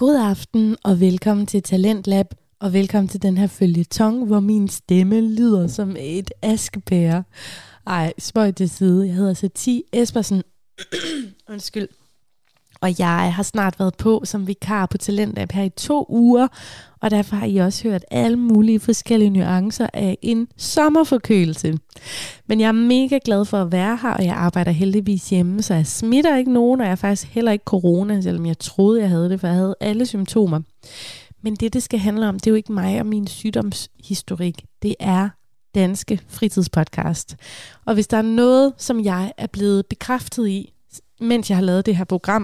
God aften og velkommen til Talentlab, og velkommen til den her føljeton, hvor min stemme lyder som et askebær. Ej, spøj til side. Jeg hedder Satie Espersen. Undskyld. Og jeg har snart været på som vikar på Talentlab her i 2 uger, og derfor har I også hørt alle mulige forskellige nuancer af en sommerforkølelse. Men jeg er mega glad for at være her, og jeg arbejder heldigvis hjemme, så jeg smitter ikke nogen, og jeg er faktisk heller ikke corona, selvom jeg troede, jeg havde det, for jeg havde alle symptomer. Men det skal handle om, det er jo ikke mig og min sygdomshistorik. Det er Danske Fritidspodcast. Og hvis der er noget, som jeg er blevet bekræftet i, mens jeg har lavet det her program,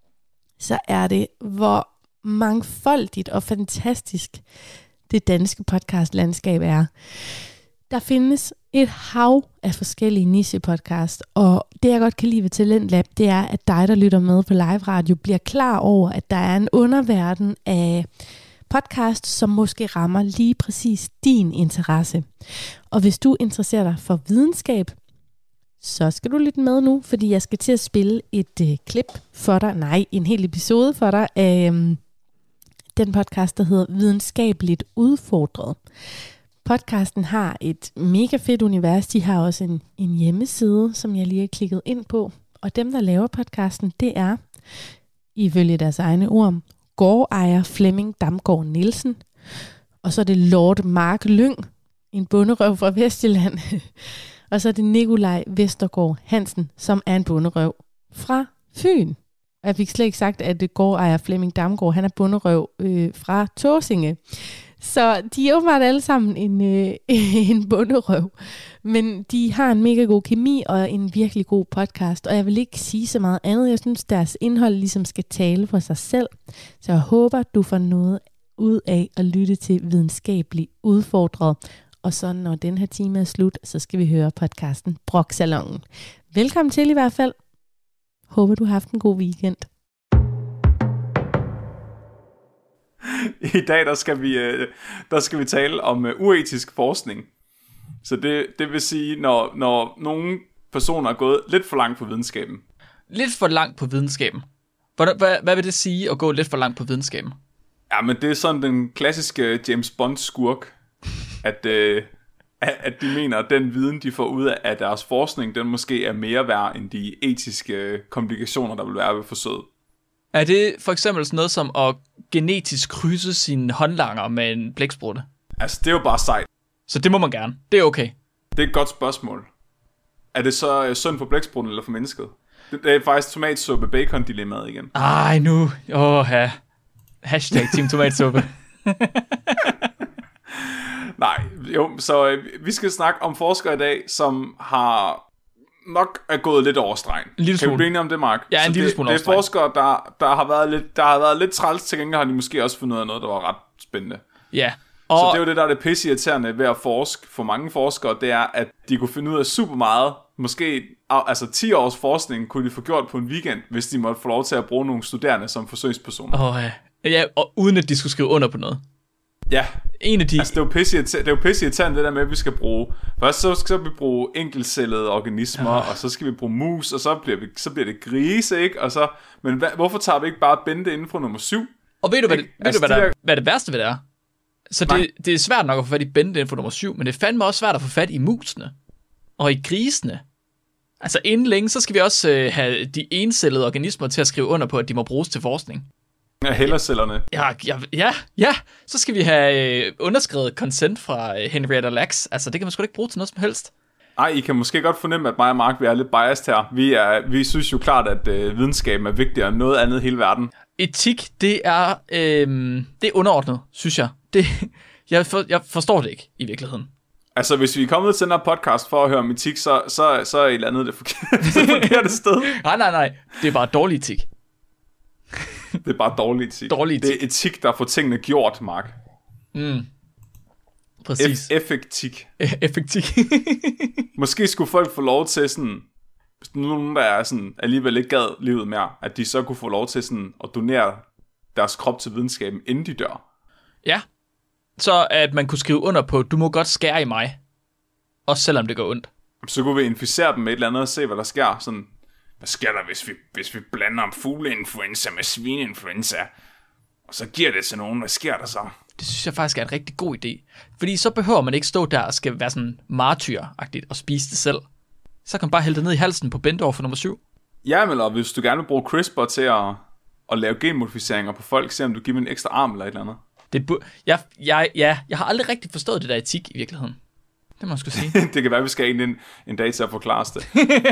så er det, hvor mangfoldigt og fantastisk det danske podcastlandskab er. Der findes et hav af forskellige niche-podcast, og det jeg godt kan lide ved Talentlab, det er, at dig, der lytter med på live radio, bliver klar over, at der er en underverden af podcast, som måske rammer lige præcis din interesse. Og hvis du interesserer dig for videnskab, så skal du lytte med nu, fordi jeg skal til at spille et klip for dig, en hel episode for dig af den podcast, der hedder Videnskabeligt Udfordret. Podcasten har et mega fedt univers. De har også en hjemmeside, som jeg lige har klikket ind på. Og dem, der laver podcasten, det er, ifølge deres egne ord, gårdejer Flemming Damgaard Nielsen. Og så er det Lord Mark Lyng, en bonderøv fra Vestjylland. Og så er det Nikolaj Vestergaard Hansen, som er en bonderøv fra Fyn. Og jeg fik slet ikke sagt, at det gårdejer Flemming Damgaard, han er bonderøv fra Tåsinge. Så de er åbenbart alle sammen en bonderøv. Men de har en mega god kemi og en virkelig god podcast. Og jeg vil ikke sige så meget andet. Jeg synes, deres indhold ligesom skal tale for sig selv. Så jeg håber, du får noget ud af at lytte til Videnskabeligt Udfordret. Og så når den her time er slut, så skal vi høre podcasten Broksalongen. Velkommen til i hvert fald. Håber du har haft en god weekend. I dag der skal vi tale om uetisk forskning. Så det vil sige, når nogle personer er gået lidt for langt på videnskaben. Lidt for langt på videnskaben? Hvad vil det sige at gå lidt for langt på videnskaben? Ja, men det er sådan den klassiske James Bond skurk. At de mener, at den viden, de får ud af deres forskning, den måske er mere værd end de etiske komplikationer, der vil være ved forsøget. Er det for eksempel sådan noget som at genetisk krydse sine håndlanger med en blæksprutte? Altså, det er jo bare sejt. Så det må man gerne. Det er okay. Det er et godt spørgsmål. Er det så synd for blæksprutten eller for mennesket? Det er faktisk tomatsuppe bacon-dilemmaet igen. Ej, nu. Ja. Hashtag Team Tomatsuppe. Nej, jo, så vi skal snakke om forskere i dag, som har nok er gået lidt over stregen. En lille smule. Kan vi blive enige om det, Mark? Ja, en lille smule over stregen. Det er forskere, der har været lidt træls, til gengæld har de måske også fundet ud af noget, der var ret spændende. Ja. Og så det er jo det, der er det pisseirriterende ved at forske for mange forskere, det er, at de kunne finde ud af super meget. Måske, altså 10 års forskning kunne de få gjort på en weekend, hvis de måtte få lov til at bruge nogle studerende som forsøgspersoner. Ja, og uden at de skulle skrive under på noget. Ja, en af de... altså det er jo pisseirriterende det der med, at vi skal bruge... Først så skal vi bruge enkeltcellede organismer, og så skal vi bruge mus, og så bliver det grise, ikke? Og så, men hvorfor tager vi ikke bare Bente inden for nummer 7? Og ved du, hvad det værste ved det er? Så det er svært nok at få fat i Bente inden for nummer 7, men det er fandme også svært at få fat i musene. Og i grisene. Altså inden længe, så skal vi også have de encellede organismer til at skrive under på, at de må bruges til forskning. Ja, hellercellerne. Ja. Så skal vi have underskrevet consent fra Henrietta Lacks. Altså, det kan man sgu ikke bruge til noget som helst. Nej, I kan måske godt fornemme, at mig og Mark, vi er lidt biased her. Vi synes jo klart, at videnskaben er vigtigere end noget andet i hele verden. Etik, det er underordnet, synes jeg. Jeg forstår det ikke, i virkeligheden. Altså, hvis vi er kommet til den her podcast for at høre om etik, så er et eller andet det forkerte sted. Nej. Det er bare dårlig etik. Det er bare dårlig etik. Det er etik, der får tingene gjort, Mark. Præcis. Effektik. Effektik. Måske skulle folk få lov til sådan, hvis nogen der er sådan alligevel ikke gad livet mere, at de så kunne få lov til sådan at donere deres krop til videnskaben, inden de dør. Ja. Så at man kunne skrive under på, du må godt skære i mig, også selvom det går ondt. Så kunne vi inficere dem med et eller andet og se, hvad der sker. Sådan, hvad sker der, hvis vi blander fugleinfluenza med svineinfluenza? så giver det til nogen. Hvad sker der så? Det synes jeg faktisk er en rigtig god idé. Fordi så behøver man ikke stå der og skal være sådan martyr-agtigt og spise det selv. Så kan man bare hælde det ned i halsen på Bendor for nummer 7. Ja, eller hvis du gerne vil bruge CRISPR til at lave genmodificeringer på folk, se om du giver dem en ekstra arm eller et eller andet. Jeg har aldrig rigtig forstået det der etik i virkeligheden. Det må man skulle sige. Det kan være, vi skal ind en dag til at forklare det.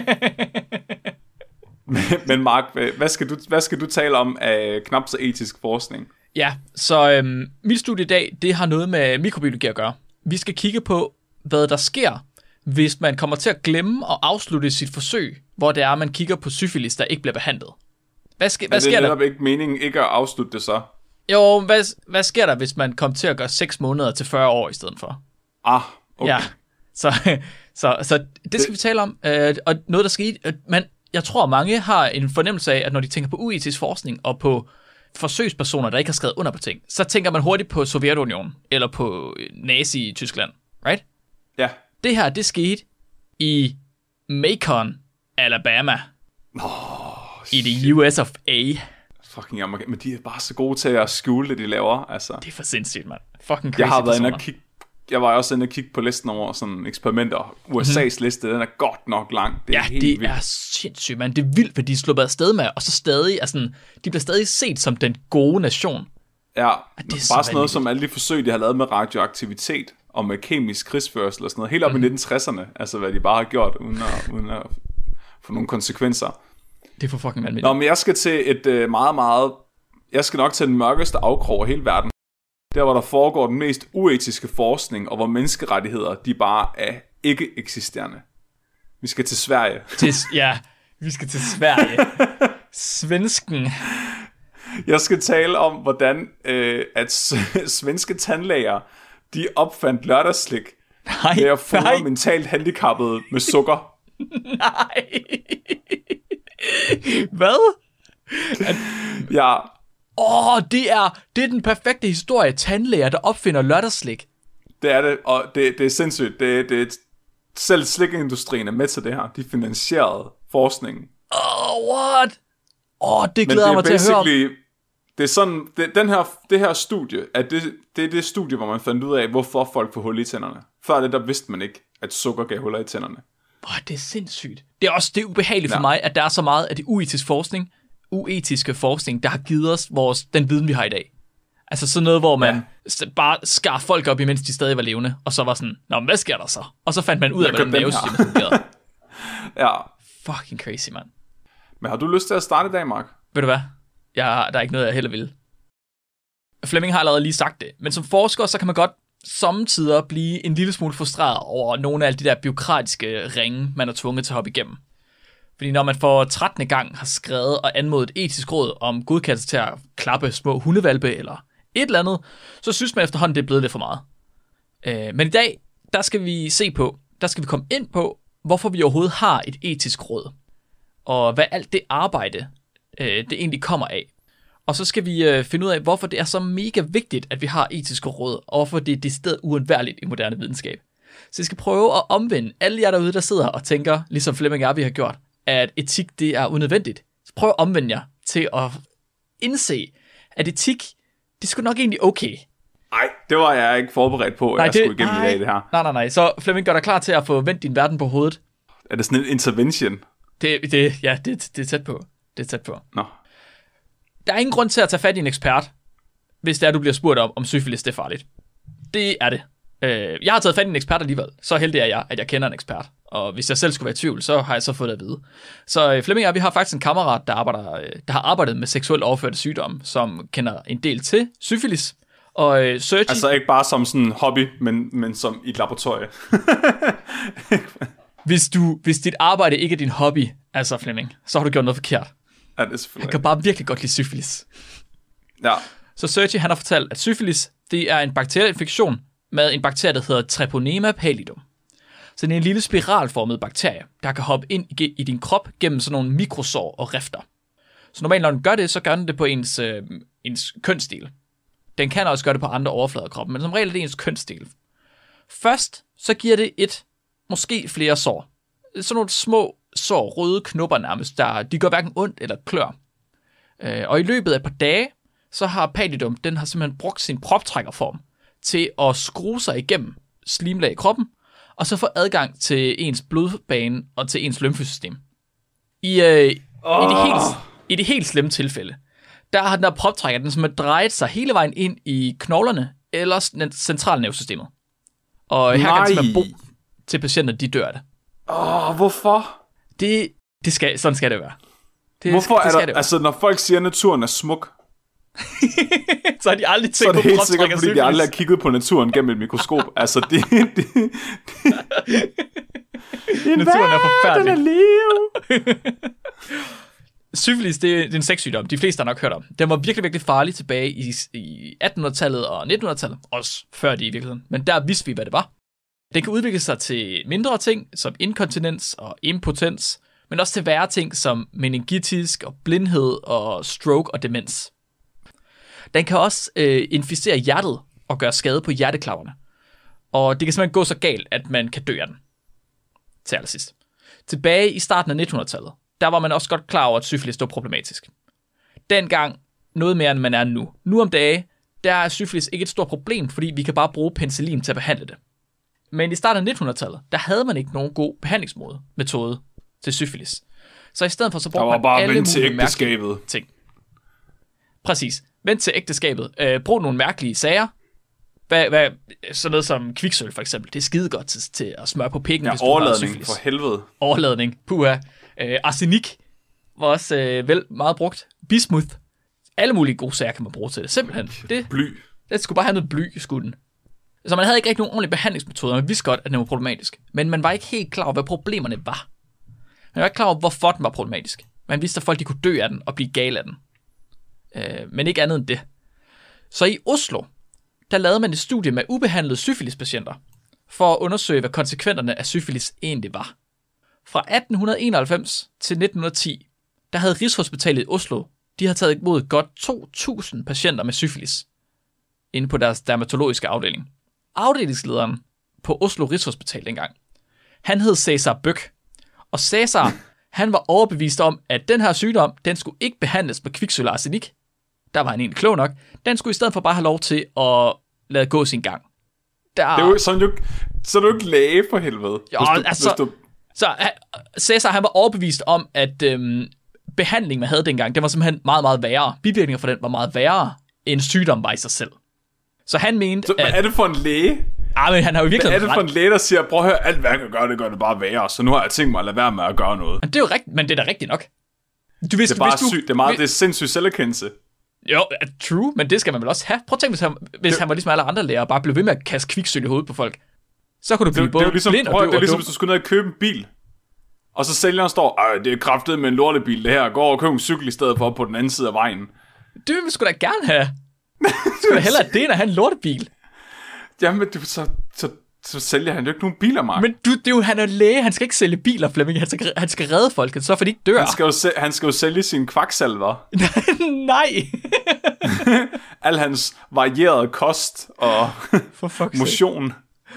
Men Mark, hvad skal du tale om af knap så etisk forskning? Ja, så mit studie i dag, det har noget med mikrobiologi at gøre. Vi skal kigge på, hvad der sker, hvis man kommer til at glemme at afslutte sit forsøg, hvor det er, man kigger på syfilis, der ikke bliver behandlet. Hvad sker der? Det er netop ikke meningen ikke at afslutte det så? Jo, hvad sker der, hvis man kommer til at gøre 6 måneder til 40 år i stedet for? Okay. Ja, så det skal vi tale om. Og noget, der skete, jeg tror, mange har en fornemmelse af, at når de tænker på uetisk forskning og på forsøgspersoner, der ikke har skrevet under på ting, så tænker man hurtigt på Sovjetunionen eller på Nazi i Tyskland, right? Ja. Det her, det skete i Macon, Alabama. I det US of A. Fucking amerikanere, men de er bare så gode til at skjule det, de laver. Altså. Det er for sindssygt, mand. Fucking crazy personer. Jeg var også inde og kigge på listen over sådan eksperimenter. USA's liste, den er godt nok lang. Det er helt vildt. Er sindssygt, man. Det er vildt, hvad de er sluppet afsted med, og så stadig, altså, de bliver stadig set som den gode nation. Ja, det er bare sådan noget som alle de forsøg, de har lavet med radioaktivitet, og med kemisk krigsførsel og sådan noget, helt op i 1960'erne, altså hvad de bare har gjort, uden at få nogle konsekvenser. Det er for fucking vanvittigt. Nå, men jeg skal til jeg skal nok til den mørkeste afkrog af hele verden. Der, hvor der foregår den mest uetiske forskning, og hvor menneskerettigheder, de bare er ikke eksisterende. Vi skal til Sverige. Vi skal til Sverige. Svensken. Jeg skal tale om, hvordan at svenske tandlæger, de opfandt lørdagsslik ved at fodre mentalt handicappede med sukker. Nej. Hvad? Ja. Det er den perfekte historie. Tandlæger, der opfinder lørdagsslik. Det er det, og det er sindssygt. Det selv slikindustrien er med til det her. De finansierede forskningen. What? Det glæder jeg mig til at høre. Det er sådan, det her studie, at det er det studie, hvor man fandt ud af, hvorfor folk får hul i tænderne. Før det, der vidste man ikke, at sukker gav huller i tænderne. Det er sindssygt. Det er også ubehageligt for mig, at der er så meget af det uetiske forskning, der har givet os den viden, vi har i dag. Altså sådan noget, hvor man bare skar folk op, imens de stadig var levende, og så var sådan, nå, hvad sker der så? Og så fandt man ud af, hvordan mavesystemet fungerede. Ja. Fucking crazy, mand. Men har du lyst til at starte i dag, Mark? Ved du hvad? Der er ikke noget, jeg heller vil. Flemming har allerede lige sagt det, men som forsker, så kan man godt sommetider blive en lille smule frustreret over nogle af alle de der bureaukratiske ringe, man er tvunget til at hoppe igennem. Fordi når man for 13. gang har skrevet og anmodet et etisk råd om godkendelse til at klappe små hundevalpe eller et eller andet, så synes man efterhånden, det er blevet lidt for meget. Men i dag, der skal vi komme ind på, hvorfor vi overhovedet har et etisk råd. Og hvad alt det arbejde, det egentlig kommer af. Og så skal vi finde ud af, hvorfor det er så mega vigtigt, at vi har etiske råd, og hvorfor det er decideret uundværligt i moderne videnskab. Så jeg skal prøve at omvende alle jer derude, der sidder og tænker, ligesom Flemming og vi har gjort, at etik, det er unødvendigt. Så prøv at omvende jer til at indse, at etik, det er sgu nok egentlig okay. Nej, det var jeg ikke forberedt på, at jeg skulle igennem i dag, det her. Nej. Så Flemming, gør dig klar til at få vendt din verden på hovedet. Er det sådan en intervention? Det er tæt på. Det er tæt på. Nå. Der er ingen grund til at tage fat i en ekspert, hvis det er, du bliver spurgt om syfilis, det er farligt. Det er det. Jeg har taget fat i en ekspert alligevel. Så heldig er jeg, at jeg kender en ekspert. Og hvis jeg selv skulle være i tvivl, så har jeg så fået det at vide. Så Flemming og jeg, vi har faktisk en kammerat, der har arbejdet med seksuelt overførte sygdomme, som kender en del til syfilis. Og Sergi... Altså ikke bare som sådan en hobby, men som i et laboratorie. Hvis dit arbejde ikke er din hobby, altså Flemming, så har du gjort noget forkert. Ja, det er selvfølgelig. Han kan bare virkelig godt lide syfilis. Ja. Så Sergi, han har fortalt, at syfilis, det er en bakterieinfektion med en bakterie, der hedder Treponema pallidum. Så det er en lille spiralformet bakterie, der kan hoppe ind i din krop gennem sådan nogle mikrosår og rifter. Så normalt, når den gør det, så gør den det på ens kønsdel. Den kan også gøre det på andre overflader af kroppen, men som regel er det ens kønsdel. Først, så giver det måske flere sår. Sådan nogle små sår, røde knopper nærmest, de gør hverken ondt eller klør. Og i løbet af et par dage, så har pallidum, den har simpelthen brugt sin proptrækkerform til at skrue sig igennem slimlag i kroppen, og så få adgang til ens blodbane og til ens lymfesystem. I det helt slemme tilfælde, der har den der proptrækker, den som har drejet sig hele vejen ind i knoglerne eller centralnervesystemet. Og her kan den simpelthen bo til patienter, de dør af det. Hvorfor? Sådan skal det være. Hvorfor er der, altså når folk siger, at naturen er smuk, så har de aldrig tænkt på proptrækker. Så er det helt sikkert, fordi de aldrig har kigget på naturen gennem et mikroskop. Altså, naturen er forfærdelig. Den er Syfilis, det er en sexsygdom. De fleste har nok hørt om. Den var virkelig, virkelig farlig tilbage i 1800-tallet og 1900-tallet. Også før det i virkeligheden. Men der vidste vi, hvad det var. Den kan udvikle sig til mindre ting, som inkontinens og impotens, men også til værre ting, som meningitis og blindhed og stroke og demens. Den kan også inficere hjertet og gøre skade på hjerteklapperne. Og det kan simpelthen gå så galt, at man kan dø af den. Til allersidst. Tilbage i starten af 1900-tallet, der var man også godt klar over, at syfilis var problematisk. Dengang noget mere, end man er nu. Nu om dage, der er syfilis ikke et stort problem, fordi vi kan bare bruge penicillin til at behandle det. Men i starten af 1900-tallet, der havde man ikke nogen god behandlingsmetode til syfilis. Så i stedet for, så brugte man alle mulige mærkelige ting. Præcis. Vent til ægteskabet. Brug nogle mærkelige sager. Sådan noget som kviksølv for eksempel. Det er skide godt til at smøre på pikken, hvis du har syfilis. For helvede. Overladning. Puha. Arsenik var også meget brugt. Bismuth. Alle mulige gode sager kan man bruge til det. Simpelthen. Bly. Det skulle bare have noget bly i skuden. Så man havde ikke rigtig nogen ordentlige behandlingsmetoder. Man vidste godt, at den var problematisk. Men man var ikke helt klar over, hvad problemerne var. Man var ikke klar over, hvorfor den var problematisk. Man vidste, at folk de kunne dø af den og blive gale af den. Men ikke andet end det. Så i Oslo, der lavede man et studie med ubehandlede syfilispatienter, for at undersøge, hvad konsekvenserne af syfilis egentlig var. Fra 1891 til 1910, der havde Rigshospitalet i Oslo, de havde taget imod godt 2.000 patienter med syfilis, inde på deres dermatologiske afdeling. Afdelingslederen på Oslo Rigshospital dengang, han hed Cæsar Bøck, og Cæsar, han var overbevist om, at den her sygdom, den skulle ikke behandles med kviksølv og arsenik. Der var han egentlig klog nok. Den skulle i stedet for bare have lov til at lade gå sin gang. Det er jo så er du ikke læge for helvede. Så Cæsar, han var overbevist om, at behandlingen, man havde dengang, den var simpelthen meget, meget værre. Bivirkninger for den var meget værre, end sygdom var i sig selv. Så han mente, så, hvad er det for en læge? Men han har jo virkelig hvad er det for en læge, der siger, prøv at høre, alt hvad jeg kan gøre, det gør det bare værre. Så nu har jeg tænkt mig at lade være med at gøre noget. Men det er jo rigtigt, men det er da rigtigt nok. Det er bare sygt. Det er sindssygt selverkendelse. Jo, true, men det skal man vel også have. Prøv at tænke, hvis han var ligesom alle andre læger, og bare blev ved med at kaste kviksølv i hovedet på folk. Så kunne du blive både blind og død. Det er ligesom, hvis du skulle ned og købe en bil, og så sælgeren står, det er kraftet med en lortebil, det her. Gå over og køb en cykel i stedet for på den anden side af vejen. Det vil vi sgu da gerne have. Skal da hellere det, end at have en lortebil? Jamen, så sælger han jo ikke nogen biler, Mark. Men han er læge, han skal ikke sælge biler, Flemming. Han skal redde folket, så for de ikke dør. Han skal jo sælge sine kvaksalver. Nej. Al hans varierede kost og motion.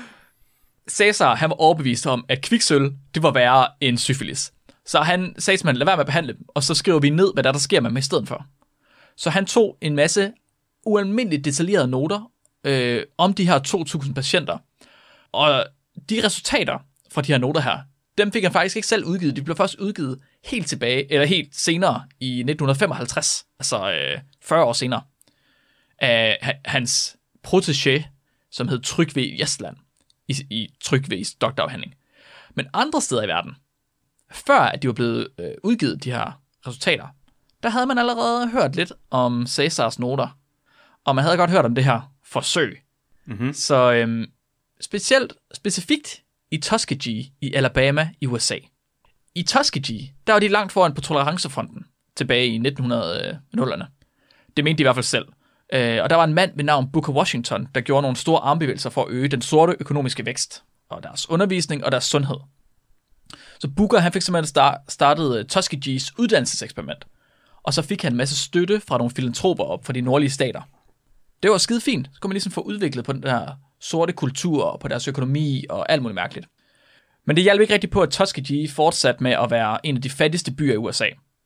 Cæsar, han var overbevist om, at kviksølv, det var værre end syfilis. Så han sagde til man, lad være med at behandle dem, og så skriver vi ned, hvad der sker med dem i stedet for. Så han tog en masse ualmindeligt detaljerede noter om de her 2.000 patienter. Og de resultater fra de her noter her, dem fik han faktisk ikke selv udgivet. De blev først udgivet helt senere i 1955, altså 40 år senere, af hans protégé, som hed Trygve Jestland, i Trygves doktorafhandling. Men andre steder i verden, før at de var blevet udgivet, de her resultater, der havde man allerede hørt lidt om Cæsars noter, og man havde godt hørt om det her forsøg. Mm-hmm. Så specifikt i Tuskegee i Alabama i USA. I Tuskegee, der var de langt foran på tolerancefronten tilbage i 1900'erne. Det mente de i hvert fald selv. Og der var en mand ved navn Booker Washington, der gjorde nogle store armbevægelser for at øge den sorte økonomiske vækst, og deres undervisning og deres sundhed. Så Booker, han fik simpelthen startet Tuskegees uddannelseseksperiment, og så fik han en masse støtte fra nogle filantroper op fra de nordlige stater. Det var skide fint. Så kunne man ligesom få udviklet på den der sorte kultur og på deres økonomi og alt muligt mærkeligt. Men det hjalp ikke rigtigt på, at Tuskegee fortsatte med at være en af de fattigste byer i USA.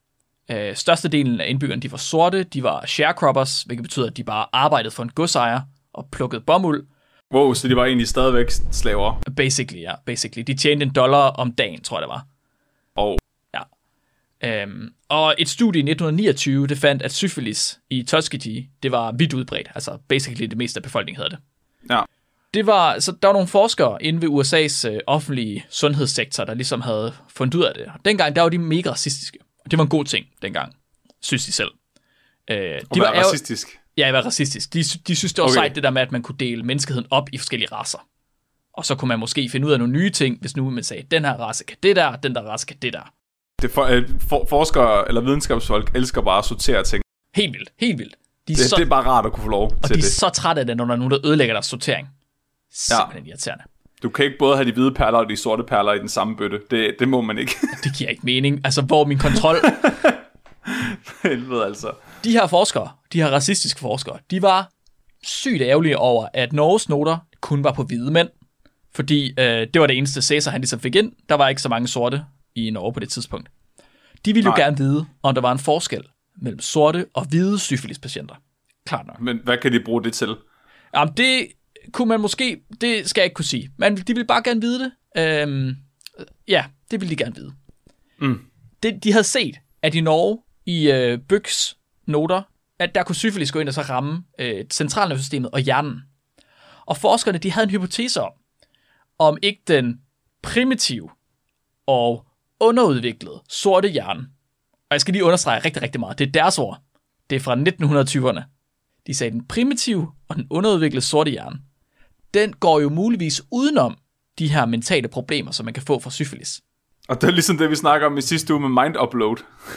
Størstedelen af indbyggerne, de var sorte, de var sharecroppers, hvilket betyder, at de bare arbejdede for en godsejer og plukkede bomuld. Wow, så de var egentlig stadigvæk slaver? Basically, ja. Basically. De tjente $1 om dagen, tror jeg det var. Ja. Og et studie i 1929, det fandt, at syfilis i Tuskegee, det var vidt udbredt. Altså basically det meste af befolkningen havde det. Ja. Så der var nogle forskere inde ved USA's offentlige sundhedssektor, der ligesom havde fundet ud af det. Og dengang, der var de mega racistiske. Og det var en god ting dengang, synes de selv. De var racistisk? Ja, jeg var racistisk. De synes, det var sejt, det der med, at man kunne dele menneskeheden op i forskellige racer. Og så kunne man måske finde ud af nogle nye ting, hvis nu man sagde, den her race kan det der, den der race kan det der. Forskere eller videnskabsfolk elsker bare at sortere ting. Helt vildt, helt vildt. Det er bare rart at kunne få lov til det. Og de er så trætte af det, når der er nogen, der ødelægger deres sortering. Simpelthen irriterende. Du kan ikke både have de hvide perler og de sorte perler i den samme bøtte. Det må man ikke. Det giver ikke mening. Altså, hvor min kontrol... Helvede altså. De her forskere, de her racistiske forskere, de var sygt ærgerlige over, at Norges noter kun var på hvide mænd. Fordi det var det eneste Cæsar, han ligesom fik ind. Der var ikke så mange sorte i Norge på det tidspunkt. De ville jo gerne vide, om der var en forskel mellem sorte og hvide syfilispatienter. Klart nok. Men hvad kan de bruge det til? Jamen, det kunne man måske... Det skal jeg ikke kunne sige. Men de ville bare gerne vide det. Ja, det ville de gerne vide. De havde set, at i Norge, i Bøks noter, at der kunne syfilis gå ind og så ramme centralnervesystemet og hjernen. Og forskerne, de havde en hypotese om ikke den primitive og underudviklede sorte hjerne. Og jeg skal lige understrege rigtig, rigtig meget. Det er deres ord. Det er fra 1920'erne. De sagde, den primitive og den underudviklede sorte hjerne, den går jo muligvis udenom de her mentale problemer, som man kan få fra syfilis. Og det er ligesom det, vi snakker om i sidste uge med mind upload.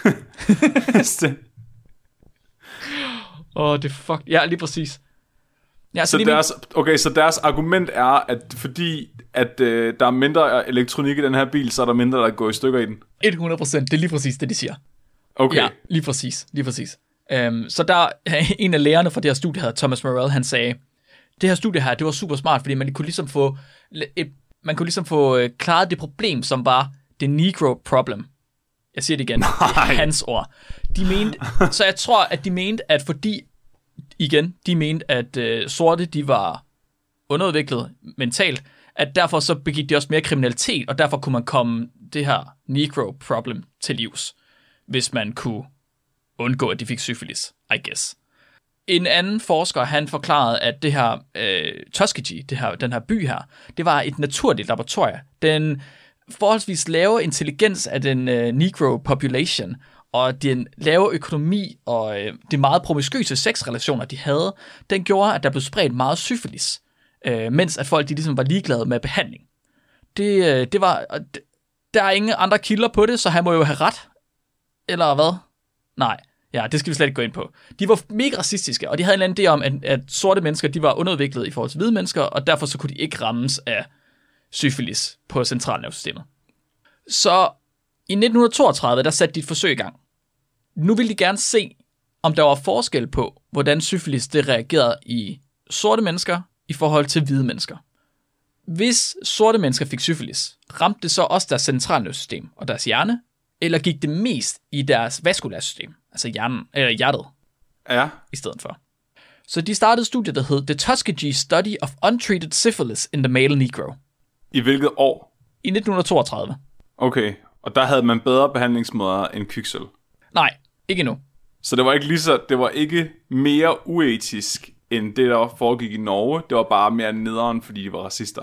Det er fuck. Ja, lige præcis. Ja, så deres argument er, at fordi at der er mindre elektronik i den her bil, så er der mindre, der går i stykker i den. 100%, det er lige præcis det, de siger. Okay. Ja, lige præcis. Så der en af lærerne fra det her studie, hedder Thomas Morell, han sagde, det her studie her, det var super smart, fordi man kunne ligesom få klaret det problem, som var det negro problem. Jeg siger det igen. Det er hans ord. Så jeg tror, at de mente, at fordi, igen, de mente, at sorte, de var underudviklet mentalt, at derfor så begik de også mere kriminalitet, og derfor kunne man komme det her negro problem til livs, hvis man kunne undgå, at de fik syfilis, I guess. En anden forsker, han forklarede, at det her Tuskegee, den her by her, det var et naturligt laboratorie. Den forholdsvis lave intelligens af den negro population, og den lave økonomi og de meget promiskuøse sexrelationer, de havde, den gjorde, at der blev spredt meget syfilis, mens at folk de ligesom var ligeglade med behandling. Det var... Der er ingen andre kilder på det, så han må jo have ret. Eller hvad? Nej. Ja, det skal vi slet ikke gå ind på. De var mega racistiske, og de havde en eller anden idé om, at sorte mennesker, de var underudviklede i forhold til hvide mennesker, og derfor så kunne de ikke rammes af syfilis på centralnervesystemet. Så i 1932, der satte de et forsøg i gang. Nu ville de gerne se, om der var forskel på, hvordan syfilis det reagerede i sorte mennesker i forhold til hvide mennesker. Hvis sorte mennesker fik syfilis, ramte det så også deres centralnervesystem og deres hjerne, eller gik det mest i deres vaskulære system, altså hjertet, i stedet for. Så de startede et studie, der hed The Tuskegee Study of Untreated Syphilis in the Male Negro. I hvilket år? I 1932. Okay, og der havde man bedre behandlingsmåder end kviksølv? Nej, ikke endnu. Så det var ikke mere uetisk end det, der foregik i Norge? Det var bare mere nederen, fordi de var racister?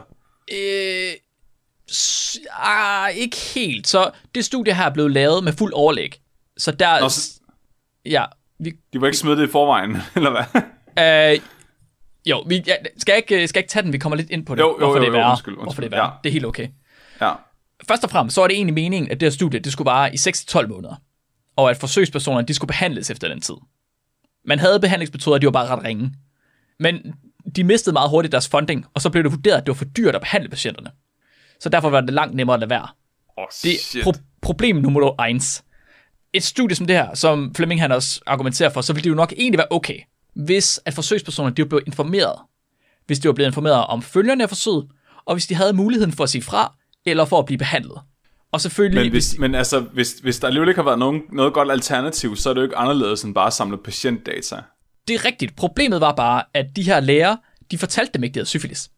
Ikke helt. Så det studie her er blevet lavet med fuld overlæg. Så der... Ja. De var ikke smidt i forvejen, eller hvad? Jo, skal jeg ikke tage den? Vi kommer lidt ind på det. Hvorfor det er værre. Hvorfor det er værre. Ja. Det er helt okay. Ja. Først og fremmest, så er det egentlig meningen, at det her studie, det skulle vare i 6-12 måneder. Og at forsøgspersonerne, de skulle behandles efter den tid. Man havde behandlingsmetoder, de var bare ret ringe. Men de mistede meget hurtigt deres funding, og så blev det vurderet, at det var for dyrt at behandle patienterne. Så derfor var det langt nemmere at lade være. Det er problem nummer 1. Et studie som det her, som Fleming han også argumenterer for, så ville det jo nok egentlig være okay, hvis at forsøgspersonerne de blev informeret. Hvis de var blevet informeret om følgerne af forsøget, og hvis de havde muligheden for at sige fra, eller for at blive behandlet. Og selvfølgelig... Hvis der alligevel ikke har været noget godt alternativ, så er det jo ikke anderledes end bare at samle patientdata. Det er rigtigt. Problemet var bare, at de her læger, de fortalte dem ikke, de havde syfilis.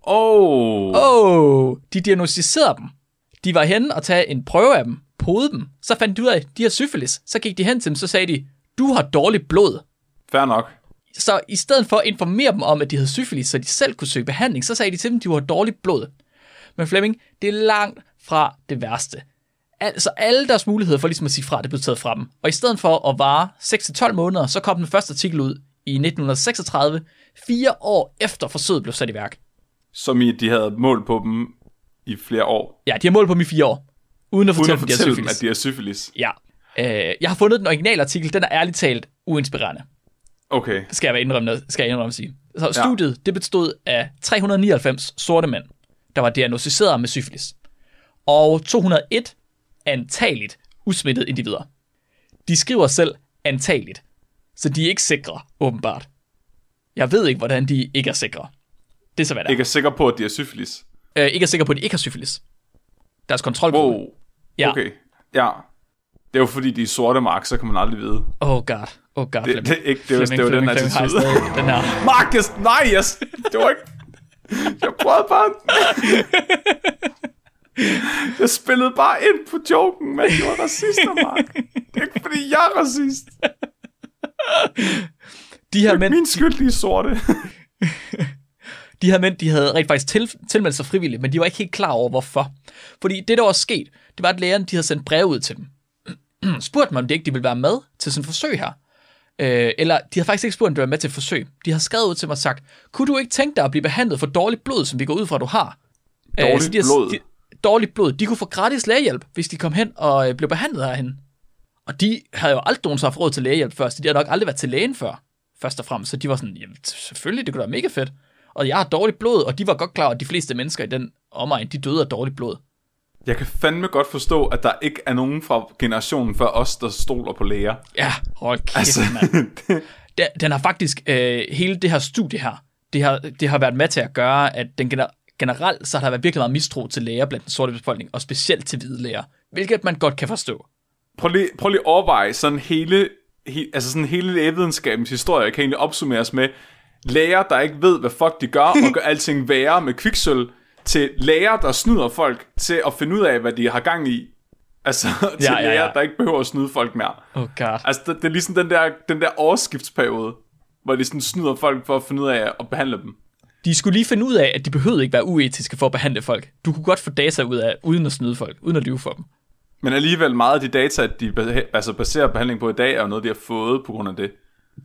De diagnostiserede dem. De var henne og tage en prøve af dem, podede dem. Så fandt de ud af, at de har syfilis. Så gik de hen til dem, så sagde de, du har dårligt blod. Fair nok. Så i stedet for at informere dem om, at de havde syfilis, så de selv kunne søge behandling, så sagde de til dem, at de har dårligt blod. Men Flemming, det er langt fra det værste. Altså alle deres muligheder for ligesom at sige fra, det blev taget fra dem. Og i stedet for at vare 6-12 måneder, så kom den første artikel ud i 1936, 4 år efter forsøget blev sat i værk. Som i, de havde målt på dem i flere år? Ja, de har målt på dem i 4 år. Uden at fortælle dem, at de har syfilis? Ja. Jeg har fundet den originale artikel, den er ærligt talt uinspirerende. Okay. Skal jeg indrømme at sige. Så studiet, det bestod af 399 sorte mænd, der var diagnosticeret med syfilis. Og 201 antageligt usmittede individer. De skriver selv antageligt, så de er ikke sikre, åbenbart. Jeg ved ikke, hvordan de ikke er sikre. Det er så, hvad det er. Ikke er sikre på, at de har syfilis? Ikke er sikre på, at de ikke har syfilis. Deres kontrolgruppe. Wow. Ja. Okay, ja. Det er jo fordi, de er sorte, Mark, så kan man aldrig vide. Oh god. Det er ikke, det var den attitude. Den her. Marcus, nej, det var ikke... Jeg prøvede bare... Jeg spillede bare ind på joken, men du var racister, Mark. Det er ikke fordi, jeg er racist. De her mænd... Min skyld, de er sorte. De her mænd, de havde rent faktisk tilmeldt sig frivilligt, men de var ikke helt klar over, hvorfor. Fordi det, der var sket, det var, at lægerne, de havde sendt brev ud til dem. Spurgte mig, om det ikke de ville være med til sådan et forsøg her. Eller de har faktisk ikke spurgt, om du var med til et forsøg. De har skrevet ud til mig og sagt, kunne du ikke tænke dig at blive behandlet for dårligt blod, som vi går ud fra, du har? Dårligt blod. De kunne få gratis lægehjælp, hvis de kom hen og blev behandlet herhen. Og de havde jo aldrig nogen så haft råd til lægehjælp først. De havde nok aldrig været til lægen før, først og fremmest. Så de var sådan, jamen selvfølgelig, det kunne da være mega fedt. Og jeg har dårligt blod, og de var godt klar over, at de fleste mennesker i den omegn, de døde af dårligt blod. Jeg kan fandme godt forstå, at der ikke er nogen fra generationen før os, der stoler på læger. Ja, hold kæft, mand. Den har faktisk, hele det her studie her, det har været med til at gøre, at den generelt, så har der været virkelig meget mistro til læger blandt den sorte befolkning, og specielt til hvide læger, hvilket man godt kan forstå. Prøv lige at overveje, sådan hele lægevidenskabens historie kan egentlig opsummeres med læger, der ikke ved, hvad fuck de gør, og gør alting værre med kviksølv, til læger, der snyder folk til at finde ud af, hvad de har gang i. Altså, til læger, der ikke behøver at snyde folk mere. Oh god. Altså, det er ligesom den der overskiftsperiode, hvor de sådan snyder folk for at finde ud af at behandle dem. De skulle lige finde ud af, at de behøvede ikke være uetiske for at behandle folk. Du kunne godt få data ud af, uden at snyde folk, uden at lyve for dem. Men alligevel meget af de data, at de baserer behandling på i dag, er jo noget, de har fået på grund af det.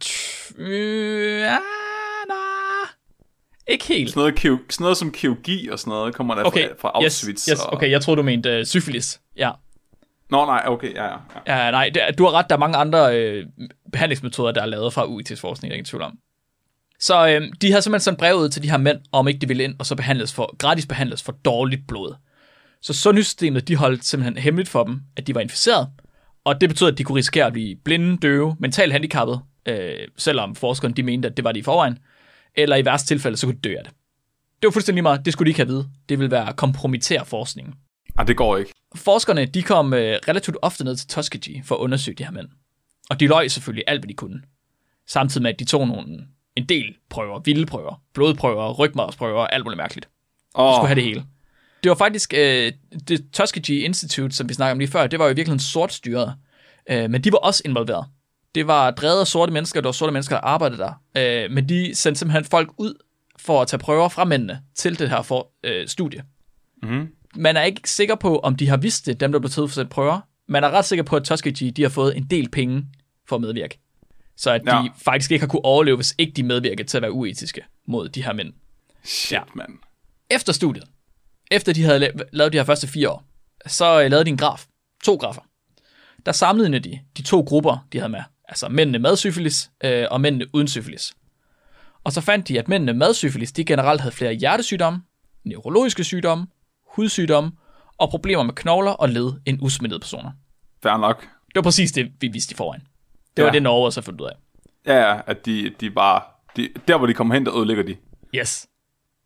Ikke helt. Sådan noget som kirurgi og sådan noget, kommer der fra Auschwitz. Yes. Okay, jeg tror du mente syfilis. Ja. Nå, nej, okay, ja. Nej, du har ret, der er mange andre behandlingsmetoder, der er lavet fra uetisk forskning, der er ingen tvivl om. Så de har simpelthen sendt brev ud til de her mænd, om ikke de ville ind, og så gratis behandles for dårligt blod. Så sundhedssystemet, de holdt simpelthen hemmeligt for dem, at de var inficeret, og det betød, at de kunne risikere at blive blinde, døve, mentalt handicappet, selvom forskerne de mente, at det var de i forvejen, eller i værste tilfælde, så kunne de dø af det. Det var fuldstændig meget, det skulle de ikke have at vide. Det ville være at kompromittere forskningen. Det går ikke. Forskerne, de kom relativt ofte ned til Tuskegee for at undersøge de her mænd. Og de løj selvfølgelig alt, hvad de kunne. Samtidig med, at de tog en del prøver, vilde prøver, blodprøver, rygmarvsprøver, alt muligt mærkeligt. De skulle have det hele. Det var faktisk det Tuskegee Institute, som vi snakkede om lige før, det var jo virkelig sort styret. Men de var også involveret. Det var drevet af sorte mennesker, der var sorte mennesker, der arbejdede der. Men de sendte simpelthen folk ud for at tage prøver fra mændene til det her studie. Mm-hmm. Man er ikke sikker på, om de har vidst det, dem der blev taget for at sætte prøver. Man er ret sikker på, at Tuskegee, de har fået en del penge for at medvirke. Så at de faktisk ikke har kunne overleve, hvis ikke de medvirkede til at være uetiske mod de her mænd. Shit, mand. Efter studiet, efter de havde lavet de her første 4 år, så lavede de en graf. 2 grafer. Der sammenlignede de 2 grupper, de havde med. Altså mændene med syfilis og mændene uden syfilis. Og så fandt de, at mændene med syfilis, de generelt havde flere hjertesygdomme, neurologiske sygdomme, hudsygdomme og problemer med knogler og led end usmittede personer. Fair nok. Det var præcis det, vi vidste i forvejen. Det var det, Norge også har fundet ud af. Ja, at de bare... der, hvor de kommer hen, der ødelægger de. Yes.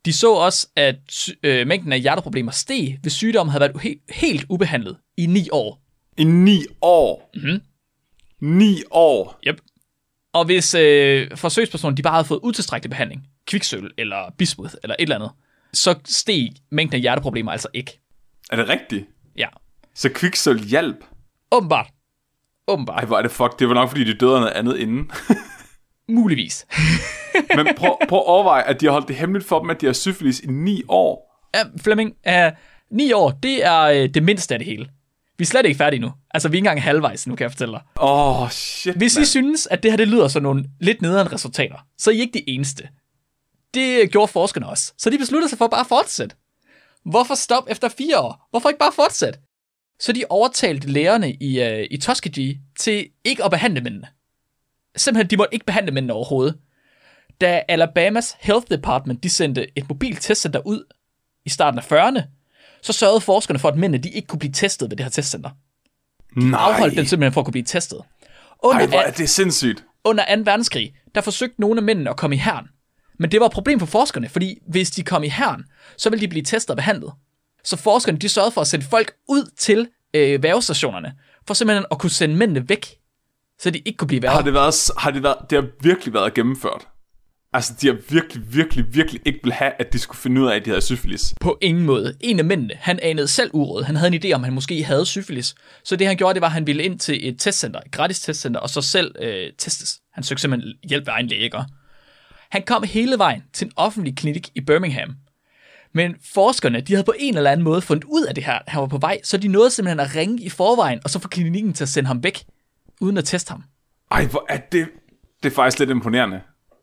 De så også, at mængden af hjerteproblemer steg, hvis sygdommen havde været helt ubehandlet i 9 år. I 9 år? Mhm. 9 år? Yep. Og hvis forsøgspersonen de bare havde fået utilstrækkelig behandling, kviksølv eller bismuth eller et eller andet, så steg mængden af hjerteproblemer altså ikke. Er det rigtigt? Ja. Så kviksølv hjælp? Åbenbart. Ej, hvor er det fuck. Det var nok, fordi de døde af noget andet inden. Muligvis. Men prøv at overveje, at de har holdt det hemmeligt for dem, at de har syfilis i 9 år. Ja, Flemming, 9 år, det er det mindste af det hele. Vi er slet ikke færdige nu. Altså, vi er ikke engang halvvejs nu, kan jeg fortælle dig. Shit, Hvis I synes, at det her det lyder som nogle lidt nederen resultater, så er I ikke de eneste. Det gjorde forskerne også. Så de besluttede sig for bare at fortsætte. Hvorfor stoppe efter 4 år? Hvorfor ikke bare fortsætte? Så de overtalte lægerne i Tuskegee til ikke at behandle mændene. Simpelthen, de måtte ikke behandle mændene overhovedet. Da Alabamas Health Department de sendte et mobilt testcenter ud i starten af 40'erne, så sørgede forskerne for, at mændene de ikke kunne blive testet ved det her testcenter. Nej. Afholdt dem simpelthen for at kunne blive testet. Ej, hvor er det sindssygt. Under 2. verdenskrig, der forsøgte nogle af mændene at komme i hæren. Men det var et problem for forskerne, fordi hvis de kom i hæren, så ville de blive testet og behandlet. Så forskerne de sørgede for at sende folk ud til værgestationerne, for simpelthen at kunne sende mændene væk, så de ikke kunne blive værge. Det har virkelig været gennemført. Altså, de har virkelig ikke vil have, at de skulle finde ud af, at de havde syfilis. På ingen måde. En af mændene, han anede selv uråd. Han havde en idé om, at han måske havde syfilis. Så det han gjorde, det var, at han ville ind til et testcenter, et gratis testcenter, og så selv testes. Han søgte simpelthen hjælp af egen læge. Han kom hele vejen til en offentlig klinik i Birmingham. Men forskerne, de havde på en eller anden måde fundet ud af det her, han var på vej, så de nåede simpelthen at ringe i forvejen, og så få klinikken til at sende ham væk, uden at teste ham. Ej, hvor er det... Det er faktisk lidt imponerende.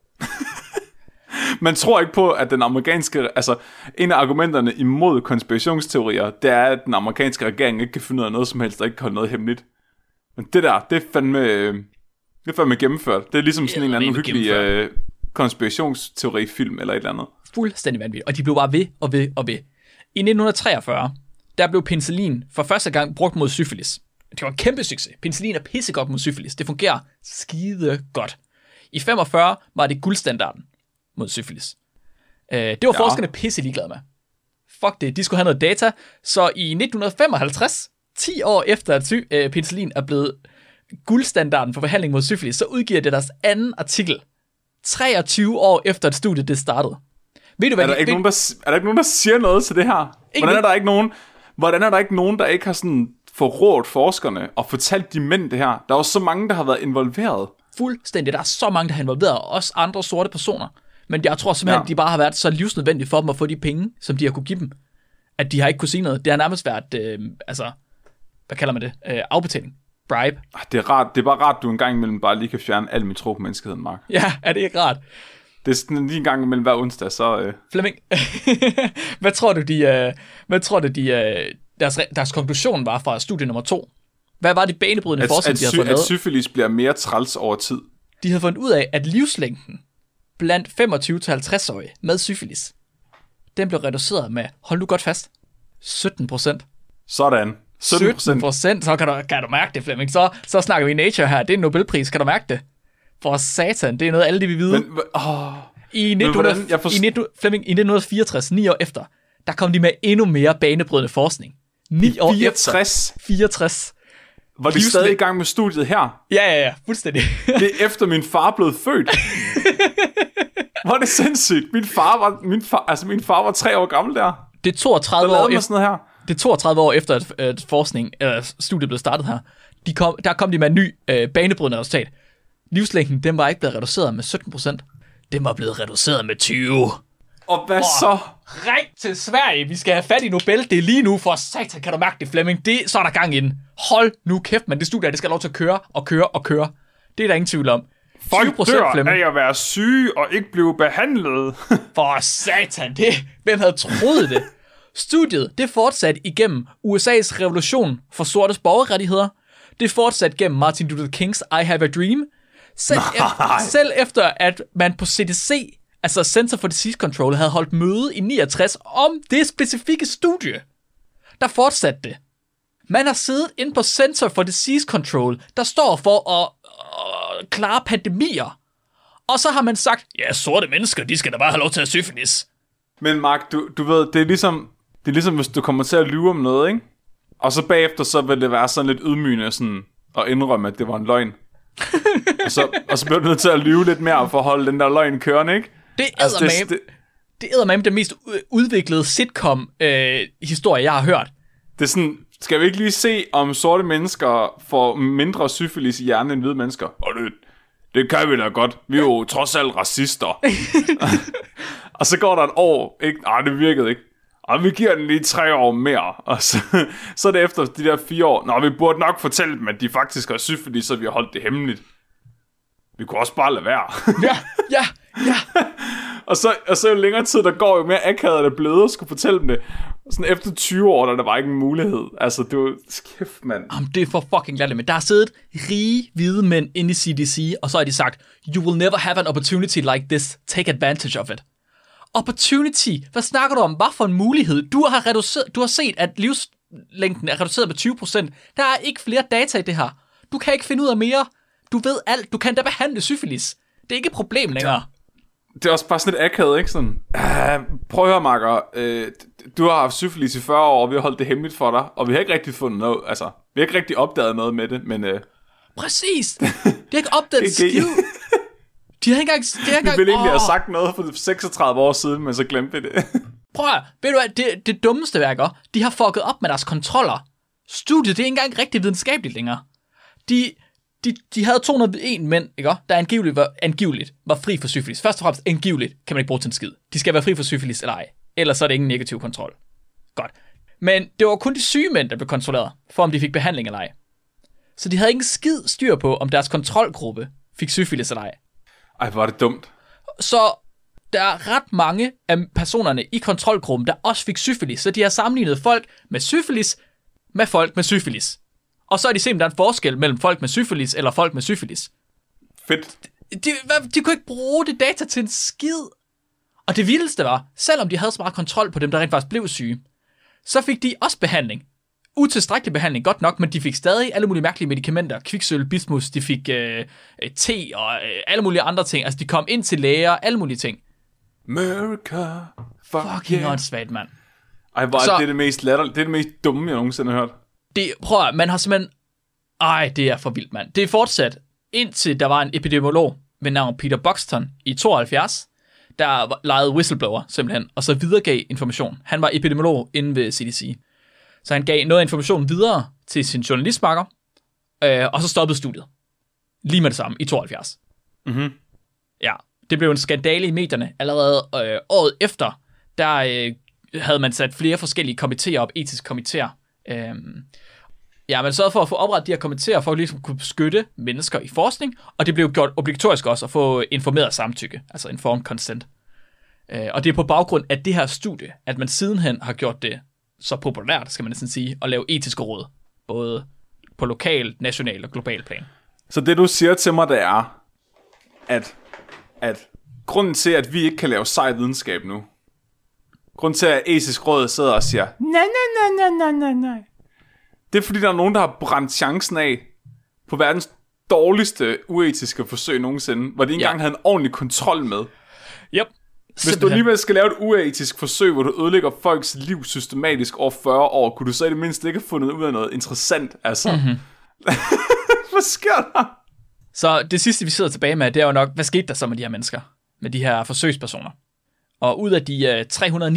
Man tror ikke på, at den amerikanske... Altså, en af argumenterne imod konspirationsteorier, det er, at den amerikanske regering ikke kan finde ud af noget som helst, og ikke kan holde noget hemmeligt. Men det der, det er fandme gennemført. Det er ligesom sådan en eller anden hyggelig konspirationsteorifilm eller et eller andet. Fuldstændig vanvittigt. Og de blev bare ved og ved og ved. I 1943, der blev penicillin for første gang brugt mod syfilis. Det var en kæmpe succes. Penicillin er pissegodt mod syfilis. Det fungerer skide godt. I 45 var det guldstandarden mod syfilis. Det var forskerne pisse ligeglade med. Fuck det, de skulle have noget data. Så i 1955, 10 år efter at penicillin er blevet guldstandarden for behandling mod syfilis, så udgiver det deres anden artikel. 23 år efter at studiet det startede. Ved du, hvad er der ikke nogen, der siger noget til det her? Hvordan er der ikke nogen, der ikke har sådan forrådt forskerne og fortalt de mænd det her? Der er jo så mange, der har været involveret. Fuldstændig. Der er så mange, der har involveret, også andre sorte personer. Men jeg tror simpelthen, at de bare har været så livsnødvendige for dem at få de penge, som de har kunne give dem, at de har ikke kunne sige noget. Det har nærmest været, hvad kalder man det? Afbetaling. Bribe. Det er bare rart, du en gang imellem bare lige kan fjerne al min tro på menneskeheden, Mark. Ja, er det ikke rart? Det er sådan lige en gang imellem hver onsdag, så... Flemming, hvad tror du, deres konklusion var fra studie nummer 2? Hvad var det banebrydende forskning, de havde fundet? At syfilis bliver mere træls over tid. De havde fundet ud af, at livslængden blandt 25-50-årige med syfilis, den blev reduceret med, hold nu godt fast, 17%. Sådan. 17%, så kan du mærke det, Flemming. Så snakker vi Nature her, det er en Nobelpris, kan du mærke det? For satan, det er noget, alle de vil vide. I 1964, 9 år efter, der kom de med endnu mere banebrydende forskning. 9 år 64. Var de stadig i gang med studiet her? Ja, fuldstændig. Det er efter min far blev født. Hvor er det sindssygt. Min far var 3 år gammel der. Det er 32 år efter sådan noget her. Det er 32 år efter at studiet blev startet her. Der kom de med en ny banebrydende resultat. Livslængden, den var ikke blevet reduceret med 17%. Den var blevet reduceret med 20%. Og hvad så? Ring til Sverige, vi skal have fat i Nobel. Det er lige nu, for satan, kan du mærke det, Flemming? Så er der gang i den. Hold nu kæft, man. Det studie, det skal have lov til at køre. Det er der ingen tvivl om. Folk dør af at være syge og ikke blive behandlet. For satan, hvem havde troet det? Studiet, det fortsatte igennem USA's revolution for sortes borgerrettigheder. Det fortsatte gennem Martin Luther Kings I Have a Dream. Selv efter, at man på CDC, altså Center for Disease Control, havde holdt møde i 69 om det specifikke studie, der fortsatte det. Man har siddet inde på Center for Disease Control, der står for at klare pandemier. Og så har man sagt, ja, sorte mennesker, de skal da bare have lov til at syfilis. Men Mark, du ved, det er ligesom hvis du kommer til at lyve om noget, ikke? Og så bagefter, så vil det være sådan lidt ydmygende sådan, at indrømme, at det var en løgn. og så bliver du nødt til at lyve lidt mere for at holde den der løgn kørende, ikke? Det er den mest udviklede sitcom-historie, jeg har hørt. Det er sådan, skal vi ikke lige se, om sorte mennesker får mindre syfilis i hjernen end hvide mennesker? Og det kan vi da godt. Vi er jo trods alt racister. Og så går der et år, ikke? Nej, det virkede ikke. Og vi giver den lige 3 år mere. Og så er det efter de der 4 år. Nå, vi burde nok fortælle dem, at de faktisk har syfilis, så vi har holdt det hemmeligt. Vi kunne også bare lade være. Ja. Og så jo længere tid der går, jo mere akavet det blevet at skulle fortælle dem det. Sådan efter 20 år, der var ikke en mulighed. Altså, det var kæft, mand. Jamen, det er for fucking latterligt. Men der har siddet rige hvide mænd inde i CDC, og så har de sagt, you will never have an opportunity like this. Take advantage of it. Opportunity? Hvad snakker du om? Hvad for en mulighed? Du har set, at livslængden er reduceret med 20%. Der er ikke flere data i det her. Du kan ikke finde ud af mere. Du ved alt. Du kan da behandle syfilis. Det er ikke et problem længere. Det er også bare sådan lidt akavet, ikke? Sådan, prøv at høre, Marker. Du har haft syfilis i 40 år, og vi har holdt det hemmeligt for dig. Og vi har ikke rigtig fundet noget. Altså, vi har ikke rigtig opdaget noget med det, men... Præcis! De har ikke opdaget skiv. De har ikke engang... Vi ville egentlig have sagt noget for 36 år siden, men så glemte vi det. Prøv at, ved du hvad, det dummeste værker, de har fucket op med deres kontroller. Studiet, det er ikke engang rigtig videnskabeligt længere. De havde 201 mænd, ikke? Der angiveligt var fri for syfilis. Først og fremmest angiveligt kan man ikke bruge til en skid. De skal være fri for syfilis eller ej. Ellers så er det ingen negativ kontrol. Godt. Men det var kun de syge mænd, der blev kontrolleret, for om de fik behandling eller ej. Så de havde ikke skid styr på, om deres kontrolgruppe fik syfilis eller ej. Ej, hvor er det dumt. Så der er ret mange af personerne i kontrolgruppen, der også fik syfilis. Så de har sammenlignet folk med syfilis med folk med syfilis. Og så er de set, om der er en forskel mellem folk med syfilis eller folk med syfilis. Fedt. De kunne ikke bruge det data til en skid. Og det vildeste var, selvom de havde så meget kontrol på dem, der rent faktisk blev syge, så fik de også behandling. Utilstrækkelig behandling, godt nok, men de fik stadig alle mulige mærkelige medicamenter. Kviksølv, bismus, de fik te og alle mulige andre ting. Altså, de kom ind til læger, alle mulige ting. America, fucking åndssvagt, mand. Ej, det er det mest latterlige, det er det mest dumme, jeg nogensinde har hørt. Prøv at, man har simpelthen... Ej, det er for vildt, mand. Det er fortsat, indtil der var en epidemiolog ved navn Peter Buxton i 72, der legede whistleblower, simpelthen, og så videregav information. Han var epidemiolog inde ved CDC. Så han gav noget information videre til sin journalistmarker, og så stoppede studiet. Lige med det samme, i 72. Mhm. Ja, det blev en skandale i medierne. Allerede året efter, der havde man sat flere forskellige komitéer op, etiske komitéer. Man sørgede for at få oprettet de her komitéer, for at ligesom kunne beskytte mennesker i forskning, og det blev gjort obligatorisk også at få informeret samtykke, altså informed consent. Og det er på baggrund af det her studie, at man sidenhen har gjort det så populært, skal man næsten sige, at lave etiske råd, både på lokal, national og global plan. Så det du siger til mig, det er, at grunden til, at vi ikke kan lave sej videnskab nu, grunden til, at etisk råd sidder og siger, nej, det er fordi, der er nogen, der har brændt chancen af på verdens dårligste uetiske forsøg nogensinde, hvor de ikke engang havde en ordentlig kontrol med. Yep. Hvis du alligevel skal lave et uetisk forsøg, hvor du ødelægger folks liv systematisk over 40 år, kunne du så i det mindste ikke have fundet ud af noget interessant, altså. Mm-hmm. Hvad sker der? Så det sidste, vi sidder tilbage med, det er jo nok, hvad skete der så med de her mennesker? Med de her forsøgspersoner? Og ud af de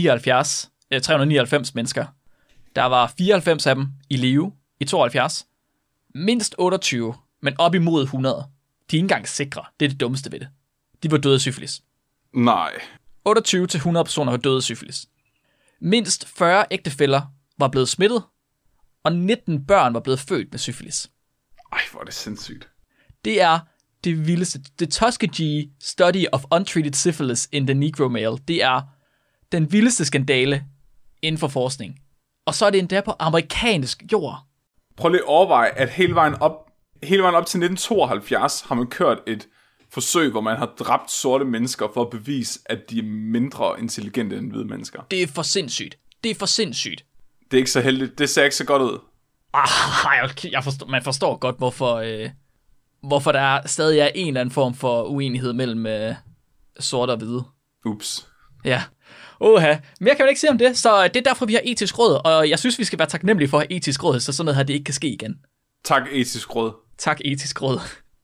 399 mennesker, der var 94 af dem i live i 72. Mindst 28, men op imod 100. De er ikke engang sikre. Det er det dummeste ved det. De var døde af syfilis. Nej. 28-100 personer var døde af syfilis. Mindst 40 ægtefæller var blevet smittet, og 19 børn var blevet født med syfilis. Ej, hvor er det sindssygt. Det er det vildeste. The Tuskegee Study of Untreated Syphilis in the Negro Male. Det er den vildeste skandale inden for forskning. Og så er det endda på amerikansk jord. Prøv lige at overveje, at hele vejen op til 1972 har man kørt et forsøg, hvor man har dræbt sorte mennesker for at bevise, at de er mindre intelligente end hvide mennesker. Det er for sindssygt. Det er ikke så heldigt. Det ser ikke så godt ud. Man forstår godt, hvorfor der stadig er en eller anden form for uenighed mellem sorte og hvide. Ups. Ja, Mere kan man ikke sige om det, så det er derfor, vi har etisk råd, og jeg synes, vi skal være taknemmelige for at have etisk råd, så sådan noget her, det ikke kan ske igen. Tak, etisk råd. Tak, etisk råd.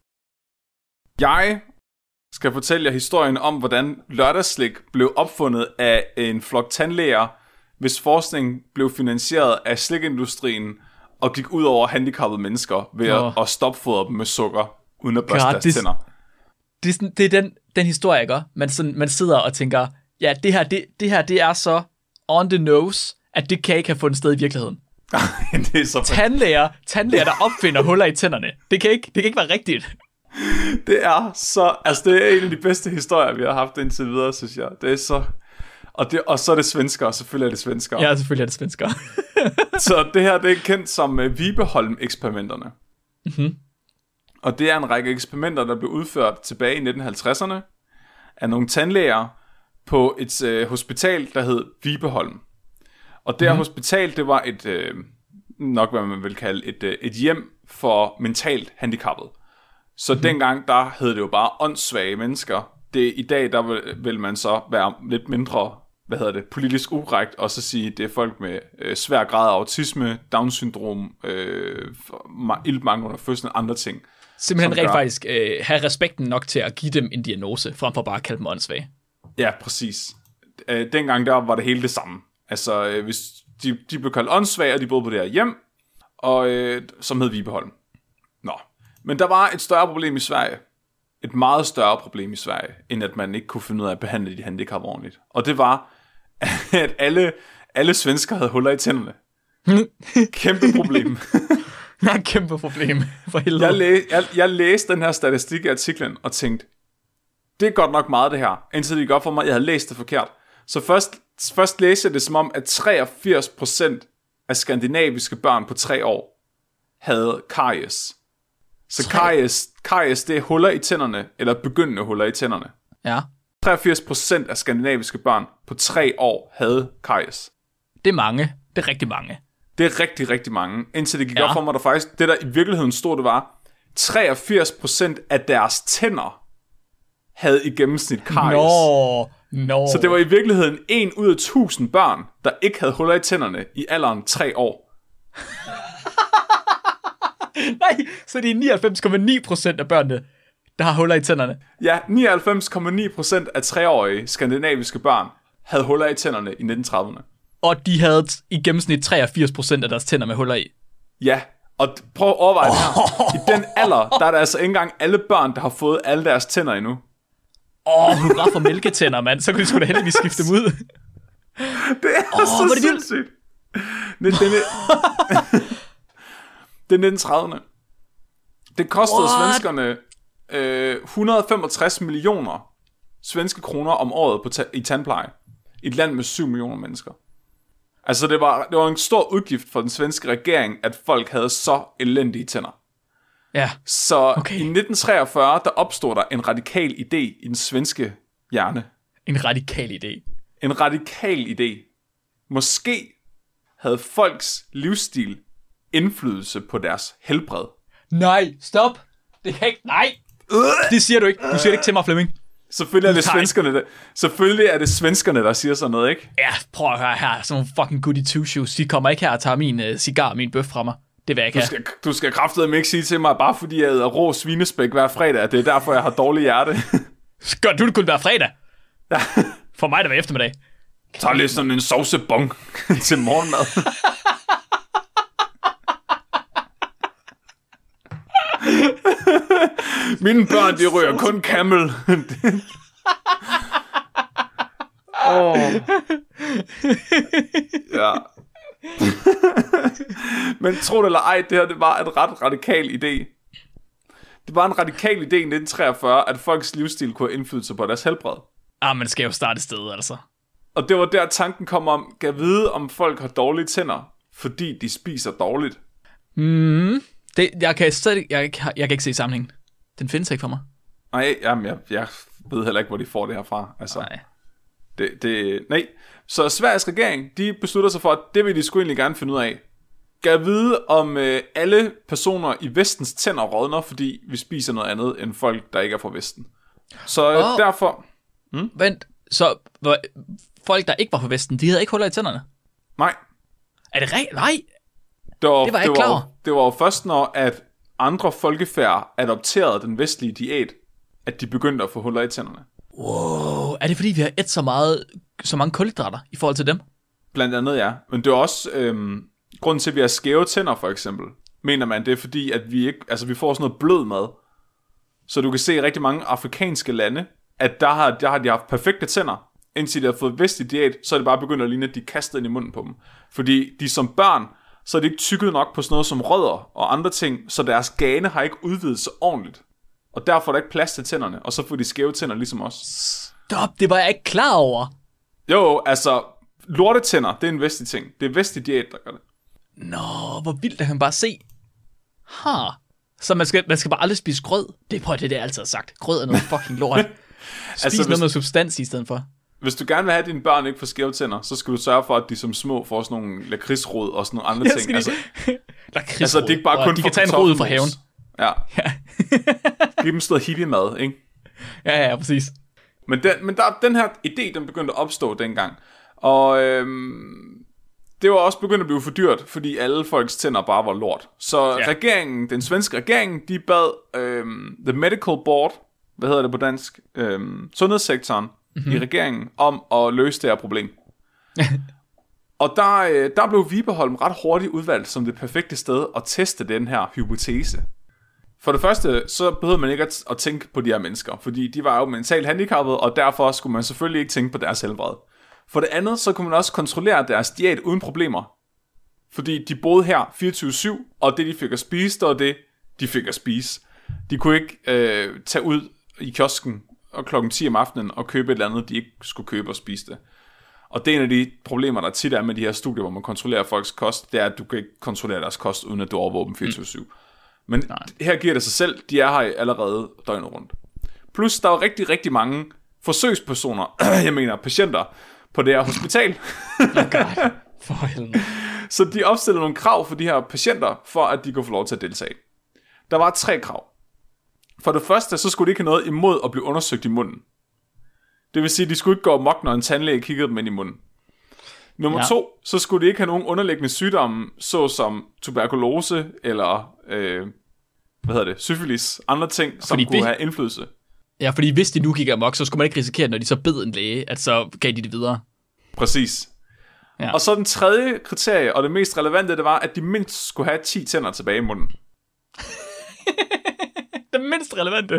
Jeg skal fortælle jer historien om, hvordan lørdagsslik blev opfundet af en flok tandlæger, hvis forskning blev finansieret af slikindustrien og gik ud over handicappede mennesker ved at stopfodre dem med sukker, uden at børste deres tænder. Det er den historie, ikke? Man sidder og tænker, ja, det her, det er så on the nose, at det kan ikke have fundet sted i virkeligheden. Det er så tandlæger, der opfinder huller i tænderne. Det kan ikke være rigtigt. Det er så, altså det er en af de bedste historier, vi har haft indtil videre, synes jeg. Det er så, og så er det svenskere, selvfølgelig er det svenskere. Ja, selvfølgelig er det svenskere. Så det her, det er kendt som Vibeholm-eksperimenterne. Mm-hmm. Og det er en række eksperimenter, der blev udført tilbage i 1950'erne af nogle tandlæger på et hospital, der hed Vibeholm. Og det her hospital, det var et, nok hvad man vil kalde et hjem for mentalt handicappede. Så dengang, der hed det jo bare åndssvage mennesker. I dag, der vil man så være lidt mindre, politisk ukorrekt, og så sige, det er folk med svær grad af autisme, Down-syndrom, iltmangel under fødslen og andre ting. Simpelthen rent faktisk have respekten nok til at give dem en diagnose, frem for bare at kalde dem åndssvage. Ja, præcis. Dengang, der var det hele det samme. Altså, hvis de blev kaldt åndssvage, og de boede på det her hjem, og som hed Vibeholm. Nå. Men der var et større problem i Sverige. Et meget større problem i Sverige, end at man ikke kunne finde ud af at behandle de handicap ordentligt. Og det var, at alle svensker havde huller i tænderne. Kæmpe problem. Ja, kæmpe problem. For helvede. Jeg læste den her statistik i artiklen og tænkte, det er godt nok meget det her. Indtil det gik op for mig, at jeg havde læst det forkert. Så først læste jeg det som om, at 83% af skandinaviske børn på 3 år havde karies. Så karies, det er huller i tænderne, eller begyndende huller i tænderne. Ja. 83% af skandinaviske børn på 3 år havde karies. Det er mange. Det er rigtig mange. Det er rigtig, rigtig mange. Indtil det gik op for mig, der faktisk, det der i virkeligheden stod, det var, 83% af deres tænder havde i gennemsnit karies. No. Så det var i virkeligheden 1 ud af 1000 børn, der ikke havde huller i tænderne i alderen 3 år. Nej, så det er 99,9% af børnene, der har huller i tænderne. Ja, 99,9% af 3-årige skandinaviske børn havde huller i tænderne i 1930'erne. Og de havde i gennemsnit 83% af deres tænder med huller i. Ja, og prøv at overveje det her. I den alder, der er der altså ikke engang alle børn, der har fået alle deres tænder endnu. Hurra for mælketænder, mand. Så kunne de sgu da heldigvis skifte dem ud. Det er så sindssygt. Det er 1930'erne. Det kostede svenskerne 165 millioner svenske kroner om året i tandpleje. I et land med 7 millioner mennesker. Altså det var en stor udgift for den svenske regering, at folk havde så elendige tænder. Ja. Så i 1943, der opstod der en radikal idé i den svenske hjerne. En radikal idé? En radikal idé. Måske havde folks livsstil indflydelse på deres helbred. Nej, stop. Det kan ikke. Nej. Det siger du ikke. Du siger det ikke til mig, Flemming. Selvfølgelig er det svenskerne, der siger sådan noget, ikke? Ja, prøv at høre her. Sådan nogle fucking goody two-shoes. De kommer ikke her og tager min cigar og min bøf fra mig. Det vil jeg ikke have. Du skal kraftedeme ikke sige til mig, bare fordi jeg æder rå svinespæk hver fredag, at det er derfor, jeg har dårlig hjerte. Gør du det kun hver fredag? Ja. For mig, der var eftermiddag. Tag lige sådan en saucebon til morgenmad. Mine børn, de ryger kun Camel. Ja. Men tro det eller ej, det her det var en ret radikal idé. Det var en radikal idé i 1943, at folks livsstil kunne have indflydelse på deres helbred. Man skal jo starte et sted, altså. Og det var der tanken kom om, kan vide, om folk har dårlige tænder, fordi de spiser dårligt. Jeg kan ikke se sammenhængen. Den findes ikke for mig. Nej, jamen, jeg ved heller ikke, hvor de får det her fra. Altså, nej. Nej. Så Sveriges regering, de beslutter sig for, at det vil de sgu egentlig gerne finde ud af. Kan vide, om alle personer i vestens tænder rådner, fordi vi spiser noget andet, end folk, der ikke er fra vesten. Så derfor... Vent, så folk, der ikke var på Vesten, de havde ikke huller i tænderne. Nej. Er det rigtigt? Nej. Det var jeg ikke klar over. Det var jo først, når at andre folkefærd adopterede den vestlige diæt, at de begyndte at få huller i tænderne. Wow. Er det fordi, vi har et så mange kulhydrater i forhold til dem? Blandt andet, ja. Men det er også grunden til, at vi har skæve tænder, for eksempel. Mener man, det er fordi, at vi får sådan noget blød mad. Så du kan se i rigtig mange afrikanske lande, at der har de haft perfekte tænder. Indtil de har fået vestlig diæt, så er det bare begyndt at ligne, at de kaster ind i munden på dem. Fordi de som børn, så er de ikke tykket nok på sådan noget som rødder og andre ting, så deres gane har ikke udvidet sig ordentligt. Og derfor er der ikke plads til tænderne, og så får de skæve tænder ligesom os. Stop, det var jeg ikke klar over. Jo, altså, lortetænder, det er en vestlig ting. Det er vestlig diæt, der gør det. Nå, hvor vildt, der kan man bare se. Så man skal bare aldrig spise grød. Det er det, jeg altid har sagt. Grød er noget fucking lort. Spis noget med substans i stedet for. Hvis du gerne vil have, at dine børn ikke får skæve tænder, så skal du sørge for, at de som små får sådan nogle lakridsrod og sådan nogle andre ting. Altså, det er ikke bare kun de kan tage en rod fra haven. Ja. Giv dem sådan noget hippie mad, ikke? Ja, præcis. Men den her idé, den begyndte at opstå dengang. Og det var også begyndt at blive for dyrt, fordi alle folks tænder bare var lort. Så regeringen, den svenske regering, de bad The Medical Board, hvad hedder det på dansk? Sundhedssektoren i regeringen, om at løse det her problem. Og der blev Vibeholm ret hurtigt udvalgt som det perfekte sted at teste den her hypotese. For det første, så behøvede man ikke at tænke på de her mennesker, fordi de var jo mentalt handicappede, og derfor skulle man selvfølgelig ikke tænke på deres helbred. For det andet, så kunne man også kontrollere deres diæt uden problemer. Fordi de boede her 24/7, og det de fik at spise, det var det, de fik at spise. De kunne ikke tage ud i kiosken og klokken 10 om aftenen og købe et eller andet, de ikke skulle købe og spise det. Og det er en af de problemer, der tit er med de her studier, hvor man kontrollerer folks kost, det er, at du kan ikke kontrollere deres kost, uden at du overvåger dem 24/7. Men her giver det sig selv, de er her allerede døgnet rundt. Plus, der er rigtig, rigtig mange forsøgspersoner, jeg mener patienter, på det her hospital. For helvede. Så de opstillede nogle krav for de her patienter, for at de kunne få lov til at deltage. Der var 3 krav. For det første, så skulle de ikke have noget imod at blive undersøgt i munden. Det vil sige, at de skulle ikke gå amok, når en tandlæge kiggede dem ind i munden. Nummer 2, så skulle de ikke have nogen underliggende sygdomme, såsom tuberkulose eller syfilis, andre ting, som kunne have indflydelse. Ja, fordi hvis de nu gik amok, så skulle man ikke risikere, når de så bed en læge, at så gav de det videre. Præcis. Ja. Og så den tredje kriterie, og det mest relevante, det var, at de mindst skulle have 10 tænder tilbage i munden. Den mindst relevante?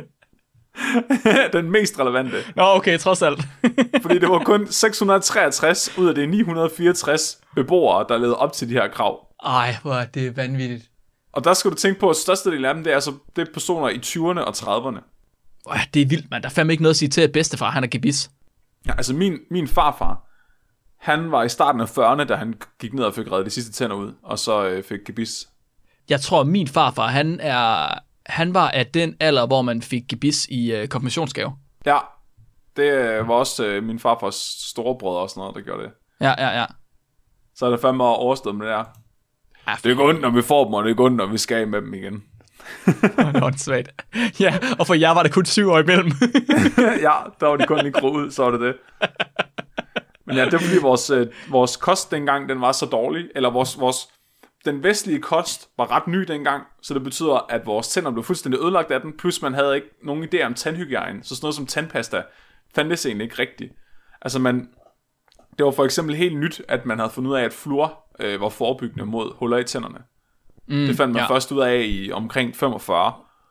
Den mest relevante. Nå, okay, trods alt. Fordi det var kun 663 ud af de 964 beboere, der levede op til de her krav. Ej, hvor er det vanvittigt. Og der skal du tænke på, at størstedelen af dem, det er personer i 20'erne og 30'erne. Det er vildt, mand. Der er fandme ikke noget at sige til, at bedstefar, han er gebis. Ja, altså min farfar, han var i starten af 40'erne, da han gik ned og fik reddet de sidste tænder ud, og så fik gebis. Jeg tror, min farfar, han var af den alder, hvor man fik gebis i konfirmationsgave. Ja, det var også min farfars storebrødre og sådan noget, der gjorde det. Ja. Så er det fandme overstået med det der. Det er ondt, når vi får dem, og det er ondt, når vi skal med dem igen. Det var svagt. Ja, og for jer var der kun 7 år imellem. Ja, der var de kun lige grå ud, så var det det. Men ja, det var fordi vores kost dengang, den var så dårlig, eller den vestlige kost var ret ny dengang, så det betyder, at vores tænder blev fuldstændig ødelagt af den, plus man havde ikke nogen idé om tandhygiejne, så sådan noget som tandpasta fandtes egentlig ikke rigtigt. Altså det var for eksempel helt nyt, at man havde fundet ud af, at fluor var forebyggende mod huller i tænderne. Det fandt man først ud af i omkring 45.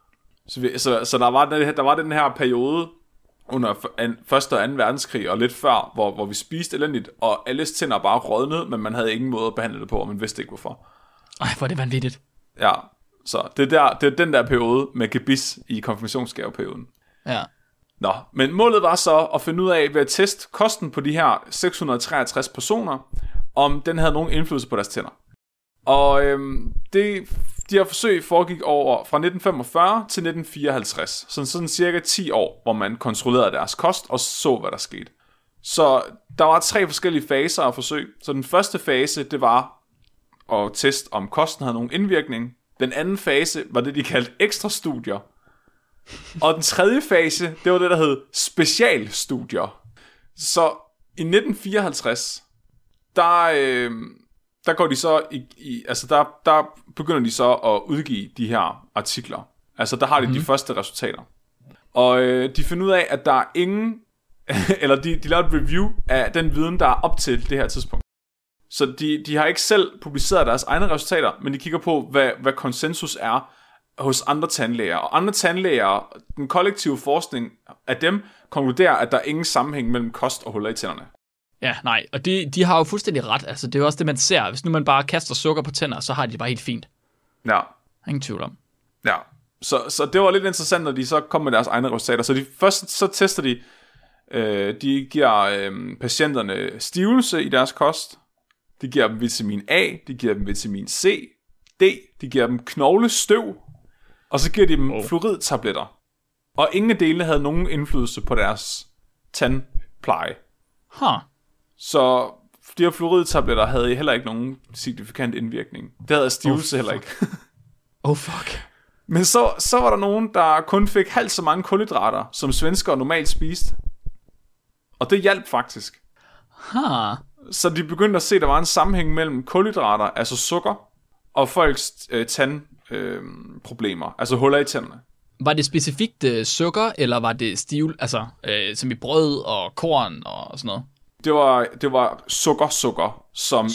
Så der var den her periode under 1. og 2. verdenskrig og lidt før, hvor vi spiste elendigt, og alles tænder bare rådnede, men man havde ingen måde at behandle det på, og man vidste ikke hvorfor. Ej, hvor er det vanvittigt. Ja, så det er den der periode med gebis i konfirmationsgaveperioden. Ja. Nå, men målet var så at finde ud af ved at teste kosten på de her 663 personer, om den havde nogen indflydelse på deres tænder. Og de her forsøg foregik over fra 1945 til 1954, sådan cirka 10 år, hvor man kontrollerede deres kost og så, hvad der skete. Så der var 3 forskellige faser af forsøg. Så den første fase, det var at teste, om kosten havde nogen indvirkning. Den anden fase var det, de kaldte ekstra studier. Og den tredje fase, det var det, der hed specialstudier. Så I 1954, der går de så der begynder de så at udgive de her artikler. Altså der har de de første resultater. Og de finder ud af, at der er ingen, eller de laver et review af den viden, der er op til det her tidspunkt. Så de har ikke selv publiceret deres egne resultater, men de kigger på, hvad konsensus er hos andre tandlæger. Og andre tandlæger, den kollektive forskning af dem, konkluderer, at der er ingen sammenhæng mellem kost og huller i tænderne. Ja, nej, og de har jo fuldstændig ret. Altså, det er jo også det, man ser. Hvis nu man bare kaster sukker på tænder, så har de det bare helt fint. Ja. Ingen tvivl om. Ja, så det var lidt interessant, når de så kom med deres egne resultater. Så først så tester de giver patienterne stivelse i deres kost. De giver dem vitamin A, de giver dem vitamin C, D, de giver dem knoglestøv, og så giver de dem fluoridtabletter. Og ingen af delene havde nogen indflydelse på deres tandpleje. Så de her fluoridtabletter havde heller ikke nogen signifikant indvirkning. Det havde stivelse heller ikke. Fuck. Men så var der nogen, der kun fik halvt så mange kulhydrater, som svenskere normalt spiste. Og det hjalp faktisk. Så de begyndte at se, at der var en sammenhæng mellem kulhydrater, altså sukker, og folks tandproblemer, altså huller i tænderne. Var det specifikt sukker, eller var det stiv, altså som i brød og korn og sådan noget? Det var sukker,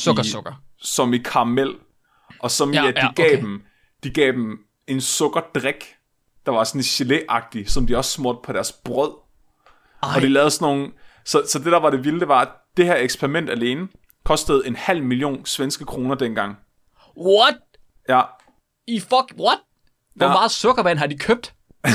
som i karamel, og som i at de gav dem en sukkerdrik, der var sådan en gelé-agtig, som de også smurte på deres brød. Og de lavede sådan nogle, så det der var det vilde, det var, at det her eksperiment alene kostede 500.000 svenske kroner dengang. What? Ja. What? Hvor meget sukkervand har de købt?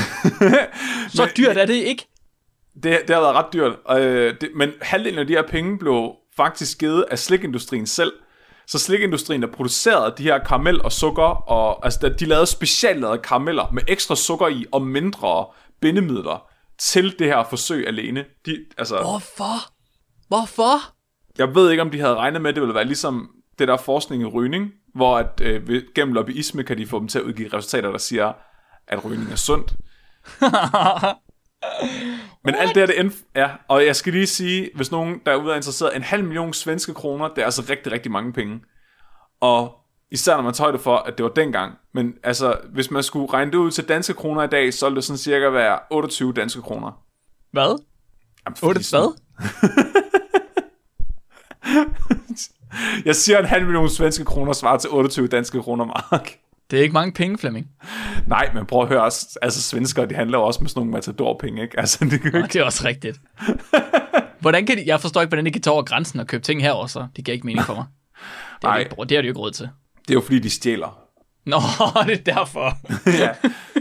Så dyrt er det ikke? Det har været ret dyrt. Men halvdelen af de her penge blev faktisk givet af slikindustrien selv. Så slikindustrien, der producerede de her karamel og sukker, og altså de lavede speciallavede karameller med ekstra sukker i og mindre bindemidler til det her forsøg alene. Hvorfor? Jeg ved ikke, om de havde regnet med, at det ville være ligesom det der forskning i rygning, hvor at gennem lobbyisme kan de få dem til at udgive resultater, der siger, at rygning er sundt. Men alt det her, ja, og jeg skal lige sige, hvis nogen derude er interesseret, 500.000 svenske kroner, det er altså rigtig, rigtig mange penge. Og især når man tager det for, at det var dengang. Men altså, hvis man skulle regne det ud til danske kroner i dag, så ville det sådan cirka være 28 danske kroner. Hvad? Jamen, 8 hvad? Jeg siger, at 500.000 svenske kroner svarer til 28 danske kroner, Mark. Det er ikke mange penge, Flemming. Nej, men prøv at høre, altså svenskere, de handler jo også med sådan nogle matador-penge, ikke? Altså, det er også rigtigt. Jeg forstår ikke, hvordan de kan tage over grænsen og købe ting herover, så det giver ikke mening for mig. Det har de jo ikke råd til. Det er jo fordi, de stjæler. Nå, det er derfor. Ja.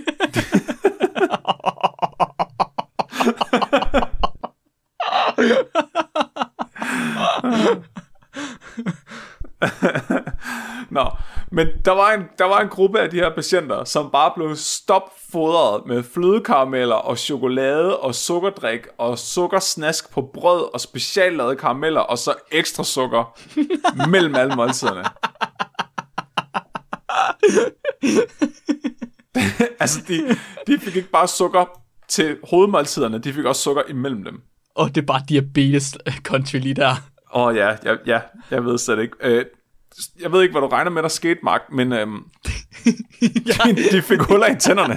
Nå, men der var en gruppe af de her patienter, som bare blev stopfodret med flødekarameller og chokolade og sukkerdrik og sukkersnask på brød og speciallavede karameller og så ekstra sukker mellem alle måltiderne. Altså de fik ikke bare sukker til hovedmåltiderne, de fik også sukker imellem dem. Det er bare diabetes country lige der. Ja, jeg ved slet ikke. Jeg ved ikke, hvad du regner med, der skete, Mark, men de fik huller i tænderne.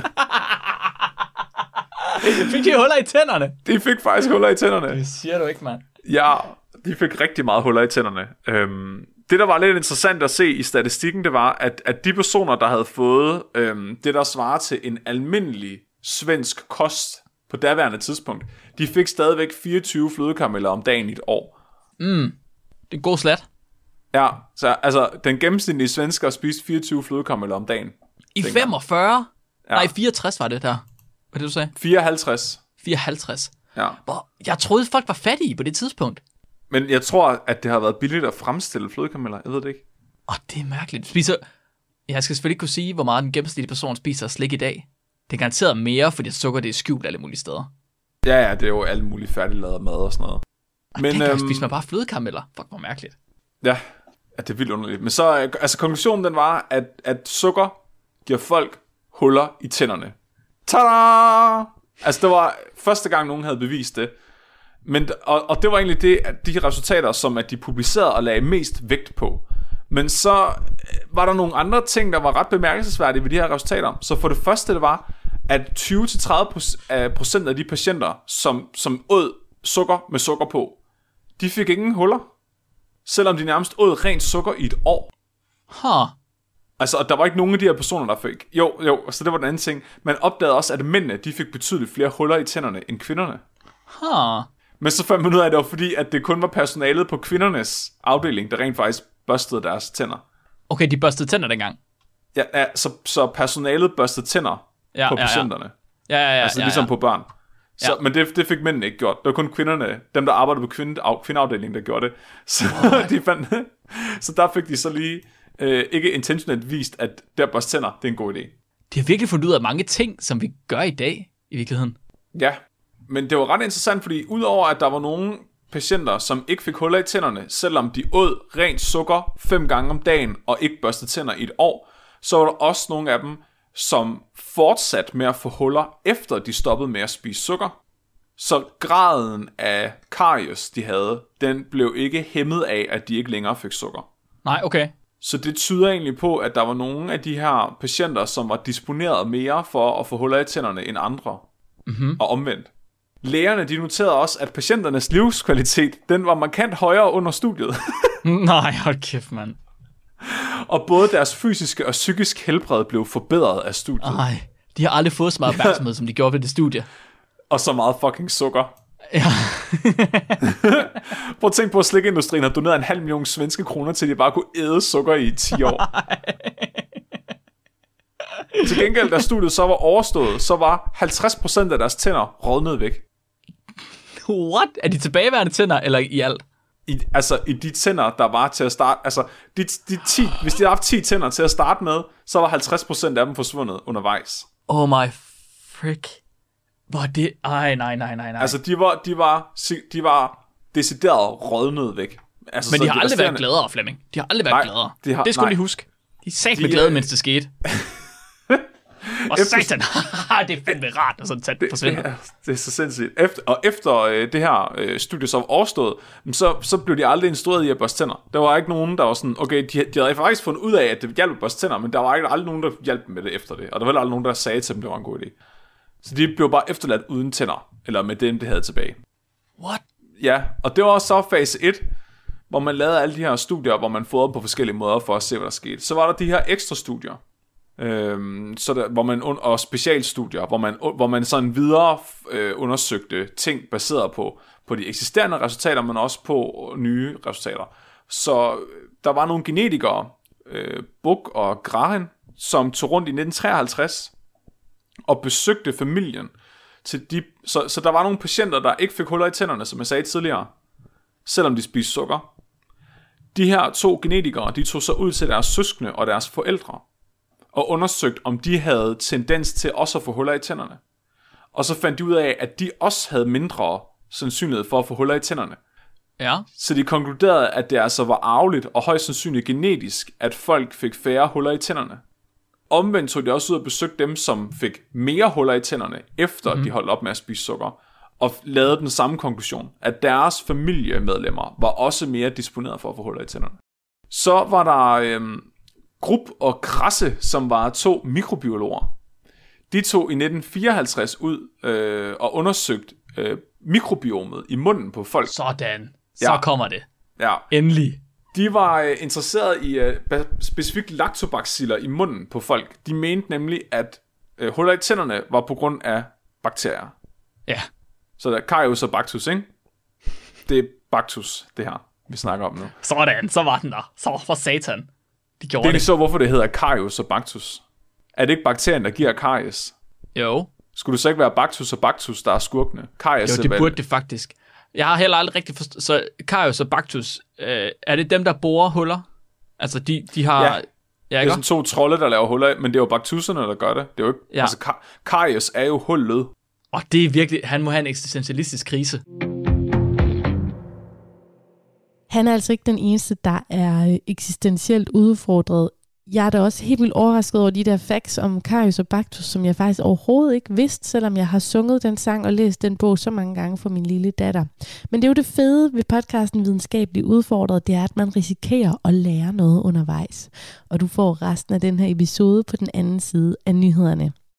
Fik de huller i tænderne? De fik faktisk huller i tænderne. Det siger du ikke, mand. Ja, de fik rigtig meget huller i tænderne. Det, der var lidt interessant at se i statistikken, det var, at de personer, der havde fået det, der svarer til en almindelig svensk kost på daværende tidspunkt, de fik stadigvæk 24 flødekarameller om dagen i et år. Det er en god slat. Ja, så altså, den gennemsnitlige svensker spiste 24 flødekarameller om dagen. I 45? Ja. Nej, 64 var det der. Hvad det, du sagde? 54. 54? Ja. Jeg troede, folk var fattige på det tidspunkt. Men jeg tror, at det har været billigt at fremstille flødekarameller. Jeg ved det ikke. Det er mærkeligt. Jeg skal selvfølgelig ikke kunne sige, hvor meget den gennemsnitlige person spiser slik i dag. Det er garanteret mere, fordi sukker det er skjult alle mulige steder. Ja, det er jo alle mulige færdiglavede mad og sådan noget. Men dengang spiser man bare flødekarameller. Fuck, hvor mærkeligt. Ja, det er vildt underligt. Men så, altså konklusionen den var, at sukker giver folk huller i tænderne. Tada! Altså det var første gang, nogen havde bevist det. Men, og det var egentlig de resultater, som at de publicerede og lagde mest vægt på. Men så var der nogle andre ting, der var ret bemærkelsesværdige ved de her resultater. Så for det første, det var, at 20-30% af de patienter, som åd sukker med sukker på, de fik ingen huller, selvom de nærmest åd rent sukker i et år. Altså, og der var ikke nogen af de her personer, der fik. Jo, så det var den anden ting. Man opdagede også, at mændene, de fik betydeligt flere huller i tænderne end kvinderne. Men så fandt man ud af, at det var fordi, at det kun var personalet på kvindernes afdeling, der rent faktisk børstede deres tænder. Okay, de børstede tænder dengang? Ja, så personalet børstede tænder på patienterne. Ja. Altså ligesom på børn. Så, men det fik mændene ikke gjort. Det var kun kvinderne, dem der arbejdede på kvindeafdelingen, der gjorde det. Så, så der fik de så lige ikke intentionelt vist, at der børste tænder, det er en god idé. De har virkelig fundet ud af mange ting, som vi gør i dag, i virkeligheden. Ja, men det var ret interessant, fordi udover at der var nogle patienter, som ikke fik huller i tænderne, selvom de åd rent sukker 5 gange om dagen og ikke børstede tænder i et år, så var der også nogle af dem, som fortsatte med at få huller, efter de stoppede med at spise sukker. Så graden af karies, de havde, den blev ikke hæmmet af, at de ikke længere fik sukker. Nej, okay. Så det tyder egentlig på, at der var nogle af de her patienter, som var disponeret mere for at få huller i tænderne end andre. Mm-hmm. Og omvendt. Lægerne, de noterede også, at patienternes livskvalitet, den var markant højere under studiet. Nej, hold kæft, mand. Og både deres fysiske og psykisk helbred blev forbedret af studiet. Nej, de har aldrig fået så meget opmærksomhed, som de gjorde ved det studie. Og så meget fucking sukker. Ja. Prøv at tænke på, at slikindustrien har doneret 500.000 svenske kroner til, at de bare kunne æde sukker i 10 år. Til gengæld, da studiet så var overstået, så var 50% af deres tænder rådnet væk. What? Er de tilbageværende tænder, eller i alt? I de tænder, der var til at starte... Altså, hvis de havde haft 10 tænder til at starte med, så var 50% af dem forsvundet undervejs. Oh my frick. Hvor det... Ej, nej. Altså, de var decideret rådnet væk. Altså, men de har aldrig været gladere, Flemming. De har aldrig været gladere. Det skulle de huske. De sagde med glæde, mens det skete. Og satan, det er fandme rart, og sådan tæt forsvinder. Det er så sindssygt. Efter det her studie så var overstået, så blev de aldrig instrueret i at børste tænder. Der var ikke nogen, der var sådan, okay, de havde faktisk fundet ud af, at det hjalp at børste tænder, men der var aldrig nogen, der hjalp med det efter det. Og der var aldrig nogen, der sagde til dem, det var en god idé. Så de blev bare efterladt uden tænder, eller med dem, det havde tilbage. What? Ja, og det var også så fase 1, hvor man lavede alle de her studier, hvor man fodrede på forskellige måder for at se, hvad der skete. Så var der de her ekstra studier, hvor man og specialstudier, hvor man sådan videre undersøgte ting baseret på de eksisterende resultater, men også på nye resultater. Så der var nogle genetikere, Buck og Graham, som tog rundt i 1953 og besøgte familien til så der var nogle patienter, der ikke fik huller i tænderne, som jeg sagde tidligere, selvom de spiste sukker. De her 2 genetikere, de tog så ud til deres søskende og deres forældre og undersøgt, om de havde tendens til også at få huller i tænderne. Og så fandt de ud af, at de også havde mindre sandsynlighed for at få huller i tænderne. Ja. Så de konkluderede, at det altså var arveligt og højst sandsynligt genetisk, at folk fik færre huller i tænderne. Omvendt tog de også ud og besøgte dem, som fik mere huller i tænderne, efter de holdt op med at spise sukker, og lavede den samme konklusion, at deres familiemedlemmer var også mere disponeret for at få huller i tænderne. Så var der Grupp og Krasse, som var 2 mikrobiologer. De tog i 1954 ud og undersøgte mikrobiomet i munden på folk. Sådan. Så kommer det. Ja. Endelig. De var interesseret i specifikt lactobaciller i munden på folk. De mente nemlig, at huller i tænderne var på grund af bakterier. Ja. Så der er Karius og Bactus, ikke? Det er Bactus, det her, vi snakker om nu. Sådan, så var den der. Så for satan. De gjorde det. Så hvorfor det hedder Karius og Bactus. Er det ikke bakterien, der giver karies? Jo. Skulle det så ikke være Bactus og Bactus, der er skurkene? Karies jo, det burde det faktisk. Jeg har heller aldrig rigtig forstået. Så Karius og Bactus, er det dem, der borer huller? Altså, de har... Ja, det er sådan 2 trolde, der laver huller, men det er jo baktusserne, der gør det. Det er jo ikke... Ja. Altså, karies er jo hullet. Og det er virkelig... Han må have en eksistentialistisk krise. Han er altså ikke den eneste, der er eksistentielt udfordret Jeg er da også helt vildt overrasket over de der facts om Karius og Baktus, som jeg faktisk overhovedet ikke vidste, selvom jeg har sunget den sang og læst den bog så mange gange for min lille datter. Men det er jo det fede ved podcasten Videnskabeligt Udfordret, det er, at man risikerer at lære noget undervejs. Og du får resten af den her episode på den anden side af nyhederne.